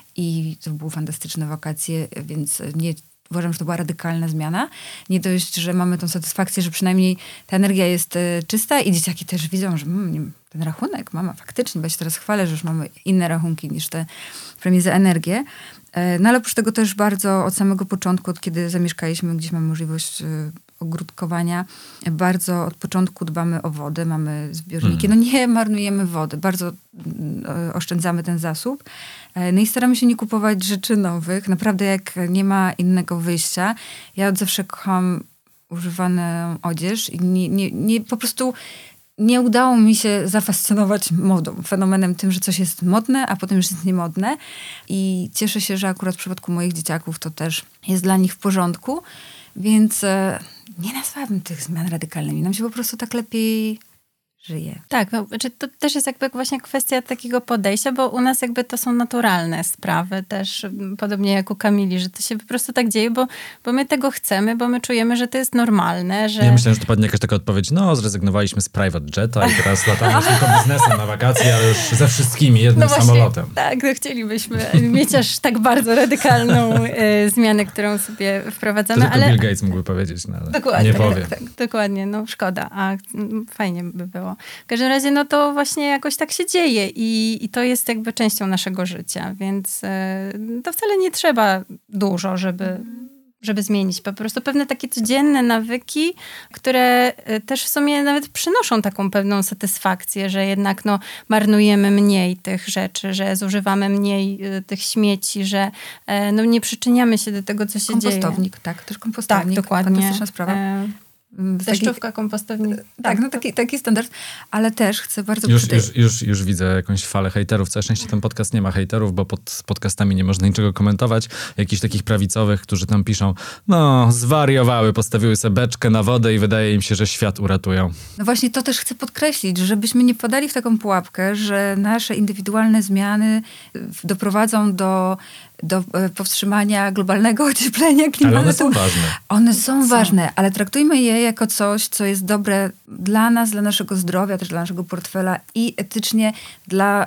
I to były fantastyczne wakacje, więc uważam, że to była radykalna zmiana. Nie dość, że mamy tą satysfakcję, że przynajmniej ta energia jest czysta i dzieciaki też widzą, że ten rachunek, mama, faktycznie, bo ja się teraz chwalę, że już mamy inne rachunki niż te premie za energię. No ale oprócz tego też bardzo od samego początku, od kiedy zamieszkaliśmy, gdzieś mamy możliwość ogródkowania, bardzo od początku dbamy o wodę, mamy zbiorniki. No nie marnujemy wody, bardzo oszczędzamy ten zasób. No i staramy się nie kupować rzeczy nowych. Naprawdę jak nie ma innego wyjścia. Ja od zawsze kocham używaną odzież i po prostu nie udało mi się zafascynować modą, fenomenem tym, że coś jest modne, a potem już jest niemodne. I cieszę się, że akurat w przypadku moich dzieciaków to też jest dla nich w porządku. Więc nie nazwałabym tych zmian radykalnymi. Nam się po prostu tak lepiej żyje. Tak, to też jest jakby właśnie kwestia takiego podejścia, bo u nas jakby to są naturalne sprawy też, podobnie jak u Kamili, że to się po prostu tak dzieje, bo my tego chcemy, bo my czujemy, że to jest normalne, że... Ja myślałem, że to padnie jakaś taka odpowiedź, zrezygnowaliśmy z private jeta i teraz latamy tylko biznesem na wakacje, ale już ze wszystkimi, jednym samolotem. Tak, chcielibyśmy mieć aż tak bardzo radykalną zmianę, którą sobie wprowadzamy, ale... Bill Gates mógłby powiedzieć, ale dokładnie, nie powie. Tak, dokładnie, szkoda, a fajnie by było. W każdym razie, to właśnie jakoś tak się dzieje i to jest jakby częścią naszego życia, więc to wcale nie trzeba dużo, żeby zmienić. Po prostu pewne takie codzienne nawyki, które też w sumie nawet przynoszą taką pewną satysfakcję, że jednak marnujemy mniej tych rzeczy, że zużywamy mniej tych śmieci, że nie przyczyniamy się do tego, co się dzieje. Kompostownik, tak? Też kompostownik. Tak, dokładnie. Fantastyczna sprawa. Deszczówka, kompostownik. Tak, no taki standard, ale też chcę bardzo... Już widzę jakąś falę hejterów. Całe szczęście ten podcast nie ma hejterów, bo pod podcastami nie można niczego komentować. Jakichś takich prawicowych, którzy tam piszą, no zwariowały, postawiły sobie beczkę na wodę i wydaje im się, że świat uratują. No właśnie to też chcę podkreślić, żebyśmy nie wpadali w taką pułapkę, że nasze indywidualne zmiany doprowadzą do powstrzymania globalnego ocieplenia klimatu. Ale one są ważne. One są ważne, ale traktujmy je jako coś, co jest dobre dla nas, dla naszego zdrowia, też dla naszego portfela i etycznie dla...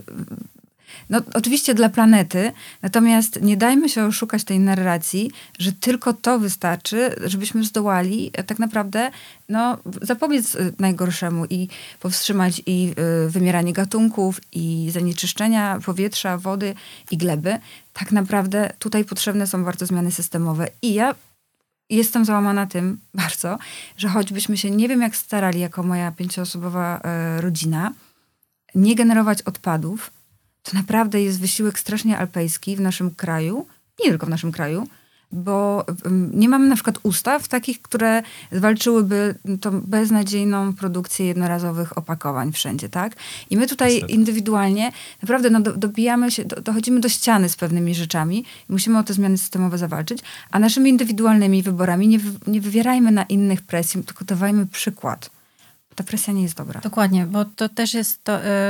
No, oczywiście dla planety, natomiast nie dajmy się oszukać tej narracji, że tylko to wystarczy, żebyśmy zdołali tak naprawdę zapobiec najgorszemu i powstrzymać i wymieranie gatunków, i zanieczyszczenia powietrza, wody i gleby. Tak naprawdę tutaj potrzebne są bardzo zmiany systemowe. I ja jestem załamana tym bardzo, że choćbyśmy się nie wiem jak starali jako moja 5-osobowa rodzina, nie generować odpadów, to naprawdę jest wysiłek strasznie alpejski w naszym kraju, nie tylko w naszym kraju, bo nie mamy na przykład ustaw takich, które zwalczyłyby tą beznadziejną produkcję jednorazowych opakowań wszędzie, tak? I my tutaj Niestety. Indywidualnie naprawdę dobijamy się, dochodzimy do ściany z pewnymi rzeczami i musimy o te zmiany systemowe zawalczyć, a naszymi indywidualnymi wyborami nie wywierajmy na innych presji, tylko dawajmy przykład. Ta presja nie jest dobra. Dokładnie, bo to też jest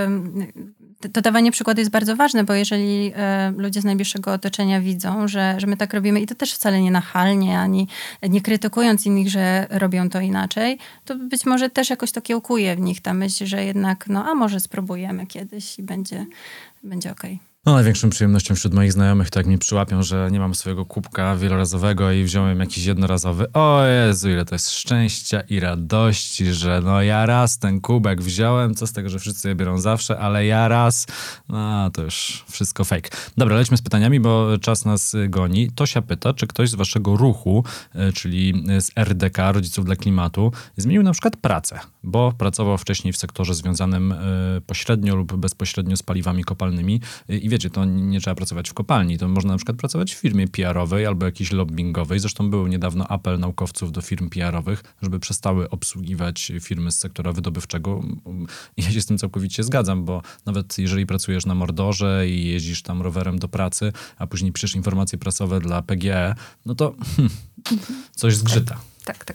to dawanie przykładu jest bardzo ważne, bo jeżeli ludzie z najbliższego otoczenia widzą, że my tak robimy i to też wcale nie nachalnie, ani nie krytykując innych, że robią to inaczej, to być może też jakoś to kiełkuje w nich ta myśl, że jednak a może spróbujemy kiedyś i będzie okej. No, największą przyjemnością wśród moich znajomych to jak mnie przyłapią, że nie mam swojego kubka wielorazowego i wziąłem jakiś jednorazowy. O Jezu, ile to jest szczęścia i radości, że ja raz ten kubek wziąłem, co z tego, że wszyscy je biorą zawsze, ale ja raz, to już wszystko fake. Dobra, lećmy z pytaniami, bo czas nas goni. Tosia pyta, czy ktoś z waszego ruchu, czyli z RDK, Rodziców dla Klimatu, zmienił na przykład pracę, bo pracował wcześniej w sektorze związanym pośrednio lub bezpośrednio z paliwami kopalnymi i wiecie, to nie trzeba pracować w kopalni, to można na przykład pracować w firmie PR-owej albo jakiejś lobbyingowej. Zresztą był niedawno apel naukowców do firm PR-owych, żeby przestały obsługiwać firmy z sektora wydobywczego. Ja się z tym całkowicie zgadzam, bo nawet jeżeli pracujesz na Mordorze i jeździsz tam rowerem do pracy, a później piszesz informacje prasowe dla PGE, no to coś zgrzyta. Tak.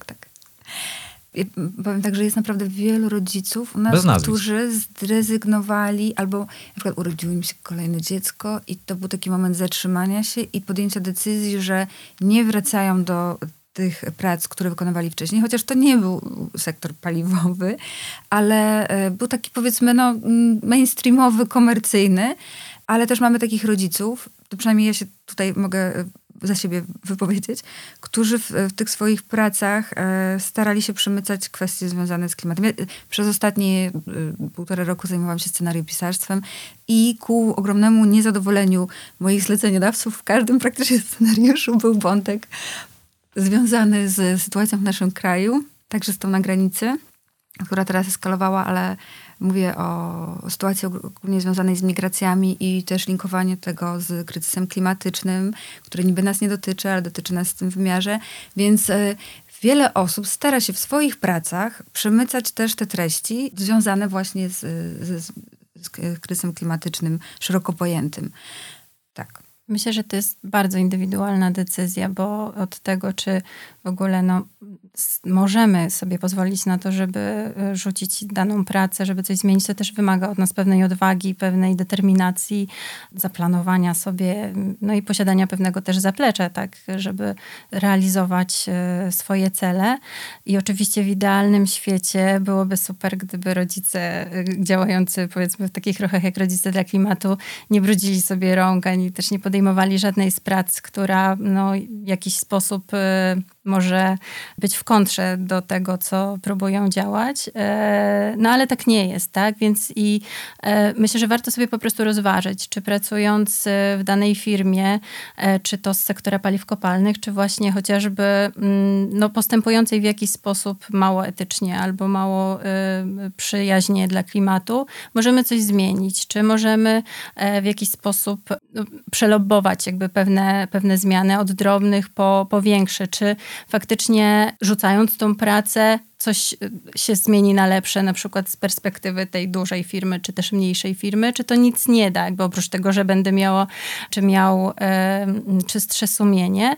Ja powiem tak, że jest naprawdę wielu rodziców u nas, którzy zrezygnowali albo na przykład urodziło im się kolejne dziecko i to był taki moment zatrzymania się i podjęcia decyzji, że nie wracają do tych prac, które wykonywali wcześniej, chociaż to nie był sektor paliwowy, ale był taki powiedzmy mainstreamowy, komercyjny, ale też mamy takich rodziców, to przynajmniej ja się tutaj mogę za siebie wypowiedzieć, którzy w tych swoich pracach starali się przemycać kwestie związane z klimatem. Ja przez ostatnie 1,5 roku zajmowałam się scenariopisarstwem i ku ogromnemu niezadowoleniu moich zleceniodawców w każdym praktycznie scenariuszu był wątek związany z sytuacją w naszym kraju, także z tą na granicy, która teraz eskalowała, ale mówię o sytuacji ogólnie związanej z migracjami i też linkowanie tego z kryzysem klimatycznym, który niby nas nie dotyczy, ale dotyczy nas w tym wymiarze. Więc wiele osób stara się w swoich pracach przemycać też te treści związane właśnie z kryzysem klimatycznym szeroko pojętym. Tak. Myślę, że to jest bardzo indywidualna decyzja, bo od tego, czy w ogóle możemy sobie pozwolić na to, żeby rzucić daną pracę, żeby coś zmienić, to też wymaga od nas pewnej odwagi, pewnej determinacji, zaplanowania sobie, i posiadania pewnego też zaplecza, tak, żeby realizować swoje cele. I oczywiście w idealnym świecie byłoby super, gdyby rodzice działający, powiedzmy, w takich ruchach jak Rodzice dla Klimatu nie brudzili sobie rąk, ani też nie podejmowali żadnej z prac, która w jakiś sposób może być w kontrze do tego, co próbują działać. Ale tak nie jest, tak? Więc myślę, że warto sobie po prostu rozważyć, czy pracując w danej firmie, czy to z sektora paliw kopalnych, czy właśnie chociażby postępującej w jakiś sposób mało etycznie albo mało przyjaźnie dla klimatu, możemy coś zmienić, czy możemy w jakiś sposób przelobbować jakby pewne zmiany od drobnych po większe, czy faktycznie rzucając tą pracę, coś się zmieni na lepsze, na przykład z perspektywy tej dużej firmy, czy też mniejszej firmy, czy to nic nie da, jakby oprócz tego, że będę miał czystsze sumienie.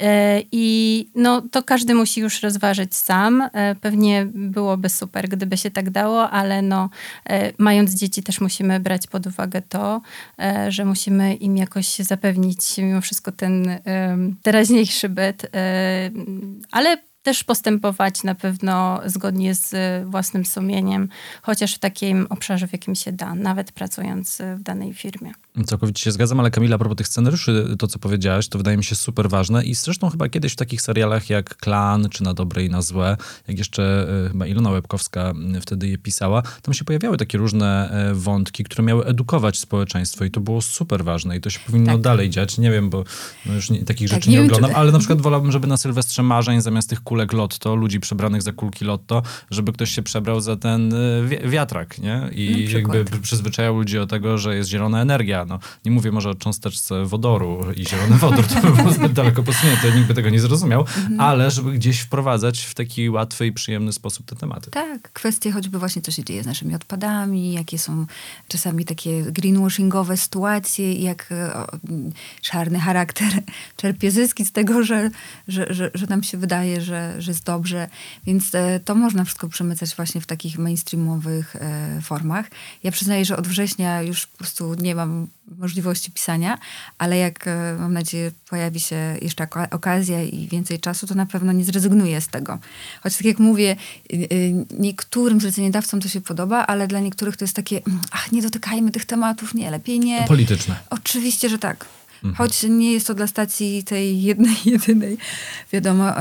I no, to każdy musi już rozważyć sam. Pewnie byłoby super, gdyby się tak dało, ale no, mając dzieci też musimy brać pod uwagę to, że musimy im jakoś zapewnić mimo wszystko ten teraźniejszy byt, ale też postępować na pewno zgodnie z własnym sumieniem, chociaż w takim obszarze, w jakim się da, nawet pracując w danej firmie. Całkowicie się zgadzam, ale Kamila, a propos tych scenariuszy, to co powiedziałaś, to wydaje mi się super ważne i zresztą chyba kiedyś w takich serialach jak Klan, czy Na dobre i na złe, jak jeszcze chyba Ilona Łebkowska wtedy je pisała, tam się pojawiały takie różne wątki, które miały edukować społeczeństwo i to było super ważne i to się powinno dalej dziać. Nie wiem, bo no już takich rzeczy nie oglądam, ale na przykład wolałbym, żeby na Sylwestrze Marzeń zamiast tych kulek Lotto, ludzi przebranych za kulki Lotto, żeby ktoś się przebrał za ten wiatrak, nie? I jakby przyzwyczajał ludzi do tego, że jest zielona energia. No, nie mówię może o cząsteczce wodoru i zielony wodór, to by było zbyt daleko posunięte, nikt by tego nie zrozumiał, ale żeby gdzieś wprowadzać w taki łatwy i przyjemny sposób te tematy. Tak, kwestie choćby właśnie co się dzieje z naszymi odpadami, jakie są czasami takie greenwashingowe sytuacje, jak czarny charakter czerpie zyski z tego, że nam się wydaje, że jest dobrze. Więc to można wszystko przemycać właśnie w takich mainstreamowych formach. Ja przyznaję, że od września już po prostu nie mam możliwości pisania, ale jak mam nadzieję pojawi się jeszcze okazja i więcej czasu, to na pewno nie zrezygnuję z tego. Choć tak jak mówię, niektórym zleceniodawcom to się podoba, ale dla niektórych to jest takie, nie dotykajmy tych tematów, nie, lepiej nie. Polityczne. Oczywiście, że tak. Choć nie jest to dla stacji tej jednej, jedynej, wiadomo,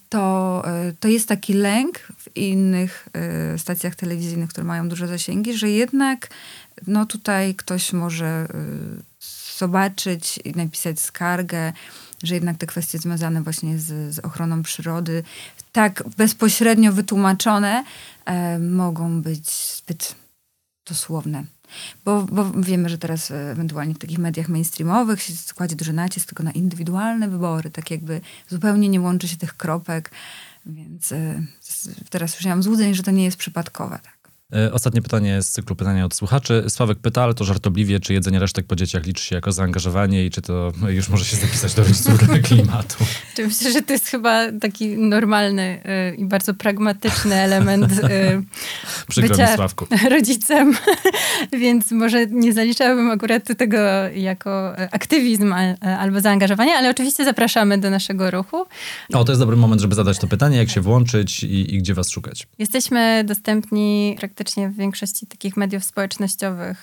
to jest taki lęk w innych stacjach telewizyjnych, które mają duże zasięgi, że jednak no tutaj ktoś może zobaczyć i napisać skargę, że jednak te kwestie związane właśnie z ochroną przyrody, tak bezpośrednio wytłumaczone, mogą być zbyt dosłowne. Bo wiemy, że teraz ewentualnie w takich mediach mainstreamowych się kładzie duży nacisk tylko na indywidualne wybory, tak jakby zupełnie nie łączy się tych kropek, więc teraz już nie mam złudzeń, że to nie jest przypadkowe. Tak. Ostatnie pytanie z cyklu pytania od słuchaczy. Sławek pyta, ale to żartobliwie, czy jedzenie resztek po dzieciach liczy się jako zaangażowanie i czy to już może się zapisać do rodziców klimatu? Myślę, że to jest chyba taki normalny i bardzo pragmatyczny element bycia rodzicem, więc może nie zaliczałabym akurat tego jako aktywizm albo zaangażowanie, ale oczywiście zapraszamy do naszego ruchu. To jest dobry moment, żeby zadać to pytanie, jak się włączyć i gdzie was szukać. Jesteśmy dostępni praktycznie w większości takich mediów społecznościowych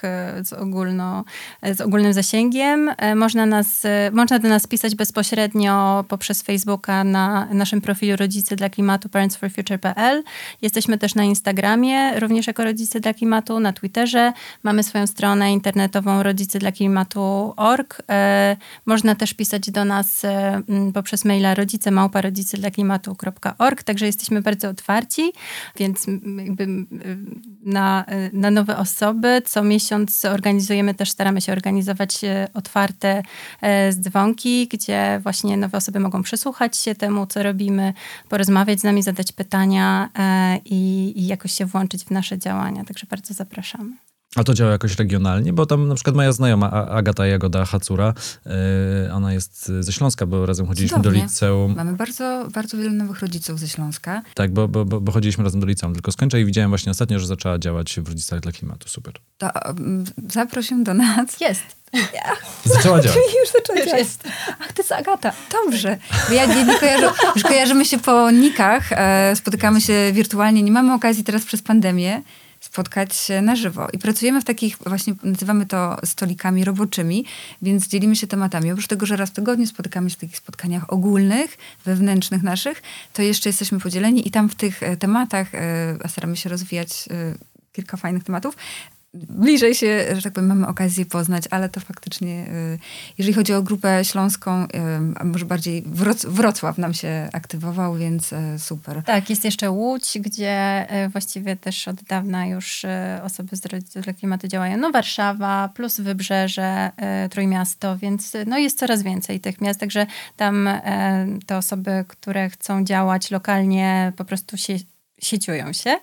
z ogólnym zasięgiem. Można do nas pisać bezpośrednio poprzez Facebooka na naszym profilu Rodzice dla Klimatu, parentsforfuture.pl. Jesteśmy też na Instagramie, również jako Rodzice dla Klimatu, na Twitterze. Mamy swoją stronę internetową rodzicedlaklimatu.org. Można też pisać do nas poprzez maila rodzice@rodzicedlaklimatu.org. Także jesteśmy bardzo otwarci, więc jakby na nowe osoby. Co miesiąc staramy się organizować otwarte dzwonki, gdzie właśnie nowe osoby mogą przysłuchać się temu, co robimy, porozmawiać z nami, zadać pytania i jakoś się włączyć w nasze działania. Także bardzo zapraszamy. A to działa jakoś regionalnie? Bo tam na przykład moja znajoma Agata Jagoda Hacura, ona jest ze Śląska, bo razem chodziliśmy do liceum. Mamy bardzo, bardzo wielu nowych rodziców ze Śląska. Tak, bo chodziliśmy razem do liceum. Tylko skończę i widziałem właśnie ostatnio, że zaczęła działać w Rodzicach dla Klimatu. Super. To zaproś ją do nas. Jest. Zaczęła działać. Już zaczęła działać. Ach, to jest Agata. Dobrze. Bo ja nie kojarzę, już kojarzymy się po nikach, spotykamy się wirtualnie. Nie mamy okazji teraz przez pandemię spotkać się na żywo. I pracujemy w takich, właśnie nazywamy to stolikami roboczymi, więc dzielimy się tematami. Oprócz tego, że raz w tygodniu spotykamy się w takich spotkaniach ogólnych, wewnętrznych naszych, to jeszcze jesteśmy podzieleni i tam w tych tematach, a staramy się rozwijać kilka fajnych tematów, bliżej się, że tak powiem, mamy okazję poznać, ale to faktycznie, jeżeli chodzi o grupę śląską, a może bardziej Wrocław nam się aktywował, więc super. Tak, jest jeszcze Łódź, gdzie właściwie też od dawna już osoby z Rodziców dla Klimatu działają. No Warszawa, plus Wybrzeże, Trójmiasto, więc no jest coraz więcej tych miast, także tam te osoby, które chcą działać lokalnie, po prostu sieciują się.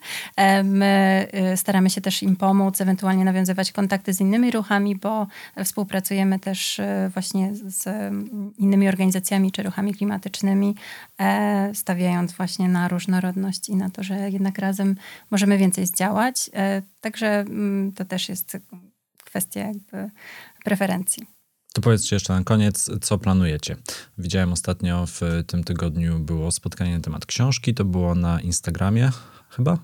My staramy się też im pomóc, ewentualnie nawiązywać kontakty z innymi ruchami, bo współpracujemy też właśnie z innymi organizacjami czy ruchami klimatycznymi, stawiając właśnie na różnorodność i na to, że jednak razem możemy więcej zdziałać. Także to też jest kwestia jakby preferencji. To powiedzcie jeszcze na koniec, co planujecie? Widziałem ostatnio w tym tygodniu było spotkanie na temat książki, to było na Instagramie chyba?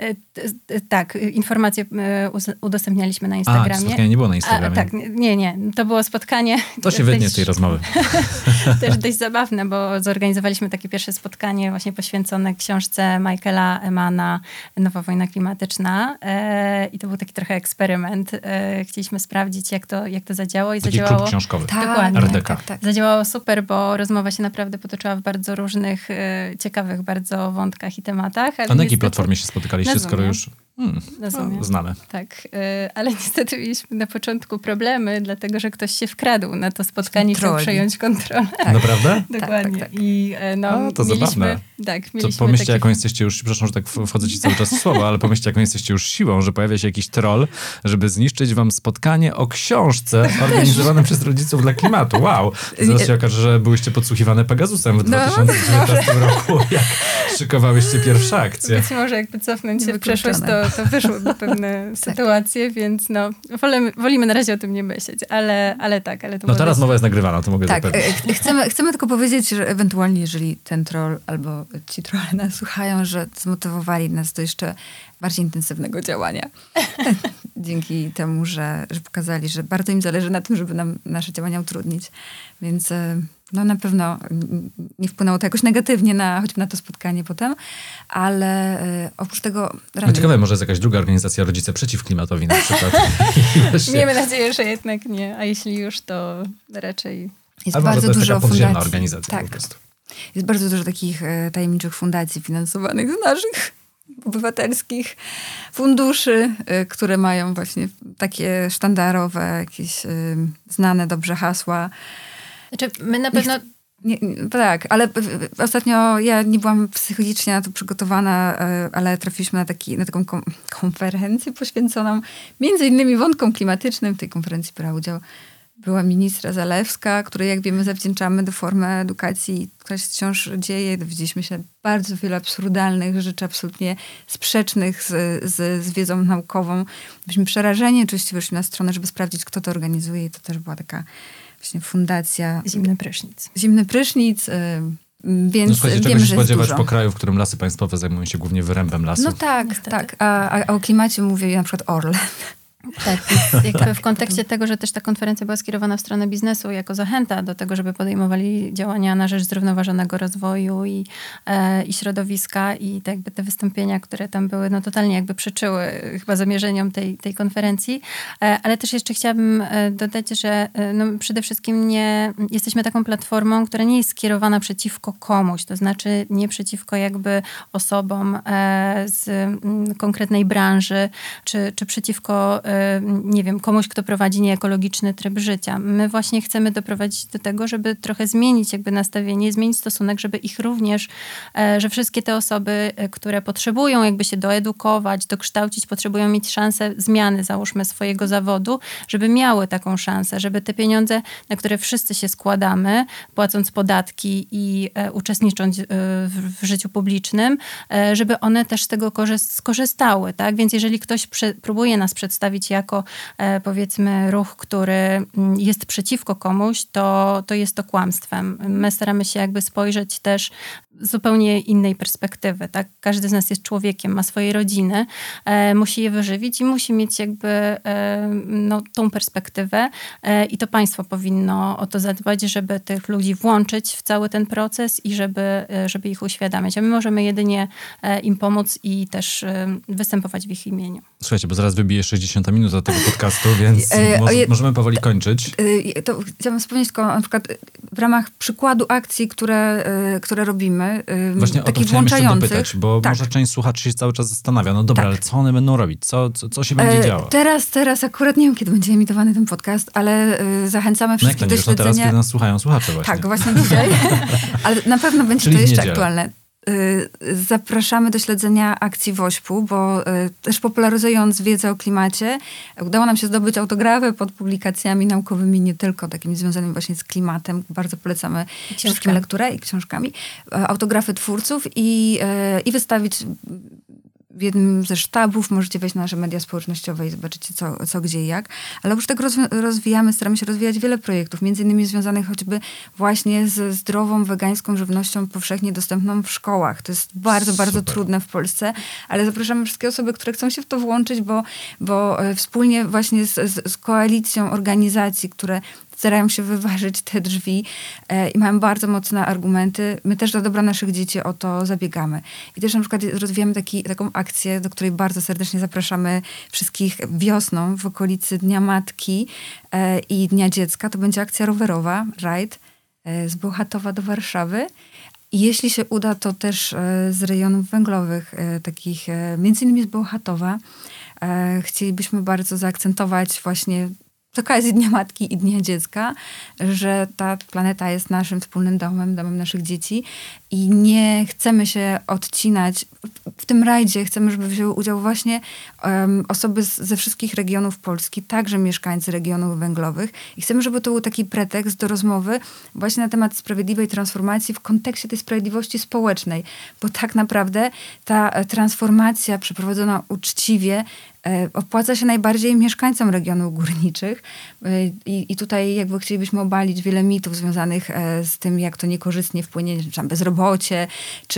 Tak, informacje udostępnialiśmy na Instagramie. Spotkanie nie było na Instagramie. Tak, nie. To było spotkanie. To się wytnie z tej rozmowy. Też dość zabawne, bo zorganizowaliśmy takie pierwsze spotkanie właśnie poświęcone książce Michaela Emmana Nowa wojna klimatyczna. I to był taki trochę eksperyment. Chcieliśmy sprawdzić, jak to zadziałało. I taki zadziałało. klub książkowy. Dokładnie. RDK. Tak. Zadziałało super, bo rozmowa się naprawdę potoczyła w bardzo różnych, ciekawych bardzo wątkach i tematach. A na jakiej platformie się spotykaliście, na skoro Zoomie. już znane? Tak, ale niestety mieliśmy na początku problemy, dlatego że ktoś się wkradł na to spotkanie i chciał przejąć kontrolę. Tak. Naprawdę? Dokładnie. Tak. I to zabawne. Mieliśmy to pomyślcie, takie... jaką jesteście już, przepraszam, że tak wchodzę ci cały czas w słowo, ale pomyślcie, jaką jesteście już siłą, że pojawia się jakiś troll, żeby zniszczyć wam spotkanie o książce organizowane przez Rodziców dla Klimatu. Wow! Zaraz się okaże, że byłyście podsłuchiwane Pegasusem w 2019 roku, jak szykowałyście pierwsze akcje. Być może jakby cofnąć się w przeszłość, to wyszłyby pewne sytuacje, więc wolimy na razie o tym nie myśleć, ale tak. Ale to teraz mowa jest nagrywana, to mogę tak, zapewnić. chcemy tylko powiedzieć, że ewentualnie, jeżeli ten troll albo ci trolle nas słuchają, że zmotywowali nas do jeszcze bardziej intensywnego działania. Dzięki temu, że pokazali, że bardzo im zależy na tym, żeby nam nasze działania utrudnić. Więc na pewno nie wpłynęło to jakoś negatywnie choćby na to spotkanie potem, ale oprócz tego... Ciekawe, może jest jakaś druga organizacja Rodzice Przeciw Klimatowi na przykład. Miejmy nadzieję, że jednak nie, a jeśli już, to raczej... Jest bardzo dużo taka podziemna fundacji. organizacja po prostu. Jest bardzo dużo takich tajemniczych fundacji finansowanych z naszych obywatelskich funduszy, które mają właśnie takie sztandarowe, jakieś znane dobrze hasła. Znaczy, my na pewno... Tak, ale ostatnio ja nie byłam psychicznie na to przygotowana, ale trafiliśmy na taką konferencję poświęconą między innymi wątkom klimatycznym. W tej konferencji brała udział była ministra Zalewska, której, jak wiemy, zawdzięczamy do formy edukacji, która się wciąż dzieje. Dowiedzieliśmy się bardzo wiele absurdalnych rzeczy, absolutnie sprzecznych z wiedzą naukową. Byliśmy przerażeni. Oczywiście weszliśmy na stronę, żeby sprawdzić, kto to organizuje. I to też była taka właśnie fundacja. Zimny prysznic. Więc słuchajcie, wiemy, czego się że spodziewać dużo. po kraju, w którym Lasy Państwowe zajmują się głównie wyrębem lasów? No tak. A o klimacie mówi na przykład Orlen. Tak, więc jakby w kontekście tego, że też ta konferencja była skierowana w stronę biznesu jako zachęta do tego, żeby podejmowali działania na rzecz zrównoważonego rozwoju i środowiska i tak jakby te wystąpienia, które tam były, no totalnie jakby przeczyły chyba zamierzeniom tej konferencji. Ale też jeszcze chciałabym dodać, że no przede wszystkim nie jesteśmy taką platformą, która nie jest skierowana przeciwko komuś, to znaczy nie przeciwko jakby osobom z konkretnej branży, czy przeciwko nie wiem, komuś, kto prowadzi nieekologiczny tryb życia. My właśnie chcemy doprowadzić do tego, żeby trochę zmienić jakby nastawienie, zmienić stosunek, żeby ich również, że wszystkie te osoby, które potrzebują jakby się doedukować, dokształcić, potrzebują mieć szansę zmiany, załóżmy, swojego zawodu, żeby miały taką szansę, żeby te pieniądze, na które wszyscy się składamy, płacąc podatki i uczestnicząc w życiu publicznym, żeby one też z tego skorzystały, tak? Więc jeżeli ktoś próbuje nas przedstawić jako powiedzmy ruch, który jest przeciwko komuś, to jest to kłamstwem. My staramy się jakby spojrzeć też zupełnie innej perspektywy, tak? Każdy z nas jest człowiekiem, ma swoje rodziny, musi je wyżywić i musi mieć jakby tą perspektywę i to państwo powinno o to zadbać, żeby tych ludzi włączyć w cały ten proces i żeby ich uświadamiać. A my możemy jedynie im pomóc i też występować w ich imieniu. Słuchajcie, bo zaraz wybije 60 minuta tego podcastu, więc możemy powoli kończyć. To chciałabym wspomnieć tylko na przykład w ramach przykładu akcji, które robimy, właśnie takich o to chciałem jeszcze włączających. dopytać, bo może część słuchaczy się cały czas zastanawia, no dobra, ale co one będą robić? Co się będzie działo? Teraz akurat nie wiem, kiedy będzie emitowany ten podcast, ale zachęcamy wszystkich do śledzenia. Teraz, kiedy nas słuchają słuchacze właśnie. Tak, właśnie dzisiaj. Ale na pewno będzie Czyli to jeszcze niedzielę. aktualne. Zapraszamy do śledzenia akcji WOŚP-u, bo też popularyzując wiedzę o klimacie, udało nam się zdobyć autografy pod publikacjami naukowymi, nie tylko takimi związanymi właśnie z klimatem. Bardzo polecamy wszystkim lekturę i książkami. Autografy twórców i wystawić w jednym ze sztabów. Możecie wejść na nasze media społecznościowe i zobaczycie co gdzie i jak. Ale oprócz tego staramy się rozwijać wiele projektów, między innymi związanych choćby właśnie ze zdrową, wegańską żywnością powszechnie dostępną w szkołach. To jest bardzo, bardzo trudne w Polsce, ale zapraszamy wszystkie osoby, które chcą się w to włączyć, bo wspólnie właśnie z koalicją organizacji, które starają się wyważyć te drzwi i mają bardzo mocne argumenty. My też dla dobra naszych dzieci o to zabiegamy. I też na przykład rozwijamy taką akcję, do której bardzo serdecznie zapraszamy wszystkich wiosną w okolicy Dnia Matki i Dnia Dziecka. To będzie akcja rowerowa, rajd z Bełchatowa do Warszawy. I jeśli się uda, to też z rejonów węglowych, takich między innymi z Bełchatowa. Chcielibyśmy bardzo zaakcentować właśnie z okazji Dnia Matki i Dnia Dziecka, że ta planeta jest naszym wspólnym domem naszych dzieci i nie chcemy się odcinać. W tym rajdzie chcemy, żeby wzięły udział właśnie osoby ze wszystkich regionów Polski, także mieszkańcy regionów węglowych. I chcemy, żeby to był taki pretekst do rozmowy właśnie na temat sprawiedliwej transformacji w kontekście tej sprawiedliwości społecznej. Bo tak naprawdę ta transformacja przeprowadzona uczciwie opłaca się najbardziej mieszkańcom regionów górniczych. I tutaj jakby chcielibyśmy wiele mitów związanych z tym, jak to niekorzystnie wpłynie na bezrobocie,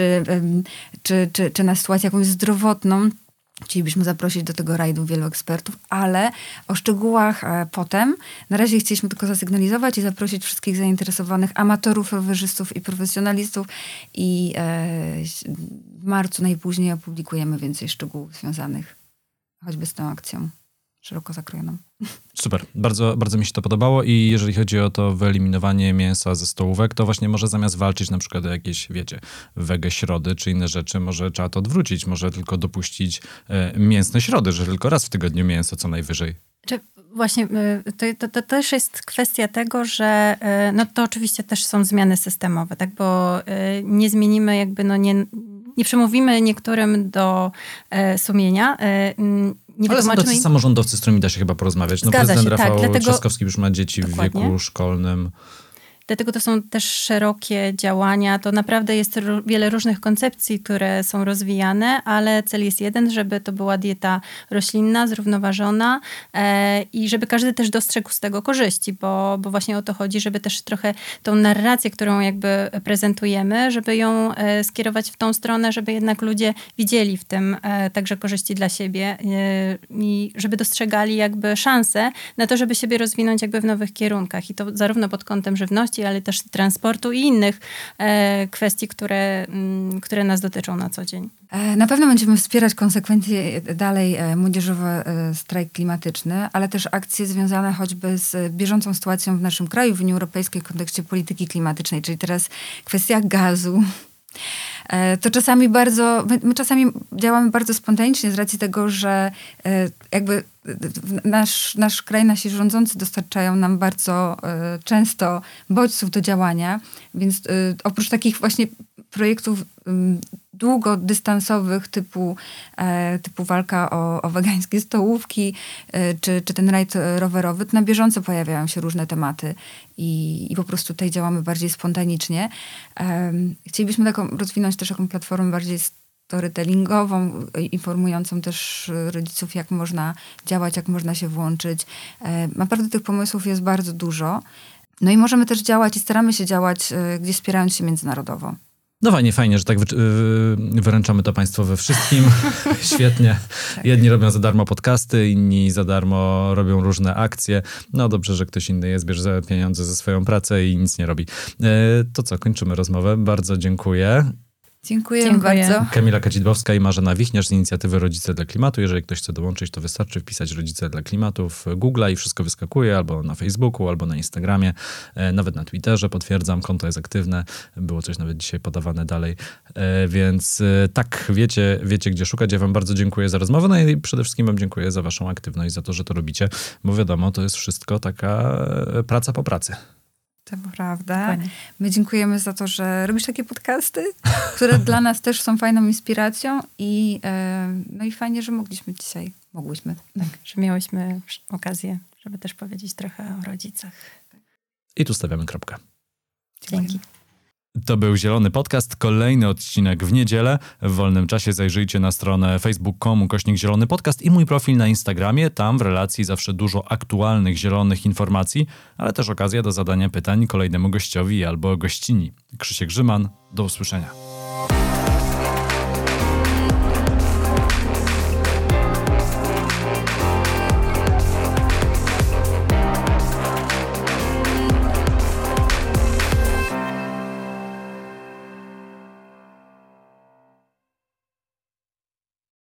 czy na sytuację jakąś zdrowotną. Chcielibyśmy zaprosić do tego rajdu wielu ekspertów, ale o szczegółach potem. Na razie chcieliśmy tylko zasygnalizować i zaprosić wszystkich zainteresowanych amatorów, rowerzystów i profesjonalistów i w marcu najpóźniej opublikujemy więcej szczegółów związanych choćby z tą akcją szeroko zakrojoną. Super, bardzo, bardzo mi się to podobało i jeżeli chodzi o to wyeliminowanie mięsa ze stołówek, to właśnie może zamiast walczyć na przykład o jakieś, wiecie, wege środy czy inne rzeczy, może trzeba to odwrócić, może tylko dopuścić mięsne środy, że tylko raz w tygodniu mięso co najwyżej. Właśnie, to też jest kwestia tego, że no to oczywiście też są zmiany systemowe, tak, bo nie zmienimy jakby, nie przemówimy niektórym do sumienia, ale są tacy samorządowcy, z którymi da się chyba porozmawiać. Prezydent Rafał Trzaskowski już ma dzieci w wieku szkolnym. Dlatego to są też szerokie działania. To naprawdę jest wiele różnych koncepcji, które są rozwijane, ale cel jest jeden, żeby to była dieta roślinna, zrównoważona i żeby każdy też dostrzegł z tego korzyści, bo właśnie o to chodzi, żeby też trochę tą narrację, którą jakby prezentujemy, żeby ją skierować w tą stronę, żeby jednak ludzie widzieli w tym także korzyści dla siebie i żeby dostrzegali jakby szansę na to, żeby siebie rozwinąć jakby w nowych kierunkach. I to zarówno pod kątem żywności, ale też transportu i innych kwestii, które nas dotyczą na co dzień. Na pewno będziemy wspierać konsekwentnie dalej młodzieżowy strajk klimatyczny, ale też akcje związane choćby z bieżącą sytuacją w naszym kraju, w Unii Europejskiej w kontekście polityki klimatycznej, czyli teraz kwestia gazu. To czasami my czasami działamy bardzo spontanicznie z racji tego, że jakby nasz kraj, nasi rządzący dostarczają nam bardzo często bodźców do działania, więc oprócz takich właśnie projektów długodystansowych typu walka o wegańskie stołówki, czy ten rajd rowerowy, to na bieżąco pojawiają się różne tematy i po prostu tutaj działamy bardziej spontanicznie. Chcielibyśmy rozwinąć też taką platformę bardziej storytellingową, informującą też rodziców, jak można działać, jak można się włączyć. Naprawdę tych pomysłów jest bardzo dużo. No i możemy też działać i staramy się działać, gdzieś wspierając się międzynarodowo. No fajnie, że tak wyręczamy to państwo we wszystkim. Świetnie. Tak. Jedni robią za darmo podcasty, inni za darmo robią różne akcje. No dobrze, że ktoś inny jest, bierze pieniądze za swoją pracę i nic nie robi. To co, kończymy rozmowę. Bardzo dziękuję. Dziękuję Dziękuję. bardzo. Kamila Kadzidłowska i Marzena Wichniarz z inicjatywy Rodzice dla Klimatu. Jeżeli ktoś chce dołączyć, to wystarczy wpisać Rodzice dla Klimatu w Google i wszystko wyskakuje, albo na Facebooku, albo na Instagramie, nawet na Twitterze, potwierdzam, konto jest aktywne. Było coś nawet dzisiaj podawane dalej, więc tak, wiecie gdzie szukać. Ja wam bardzo dziękuję za rozmowę, no i przede wszystkim wam dziękuję za waszą aktywność, za to, że to robicie, bo wiadomo, to jest wszystko taka praca po pracy. To prawda. Dokładnie. My dziękujemy za to, że robisz takie podcasty, które dla nas też są fajną inspiracją i no i fajnie, że mogłyśmy. Tak, że miałyśmy okazję, żeby też powiedzieć trochę o rodzicach. I tu stawiamy kropkę. Dzięki. To był Zielony Podcast, kolejny odcinek w niedzielę. W wolnym czasie zajrzyjcie na stronę facebook.com/Zielony Podcast i mój profil na Instagramie. Tam w relacji zawsze dużo aktualnych, zielonych informacji, ale też okazja do zadania pytań kolejnemu gościowi albo gościni. Krzysiek Grzyman, do usłyszenia.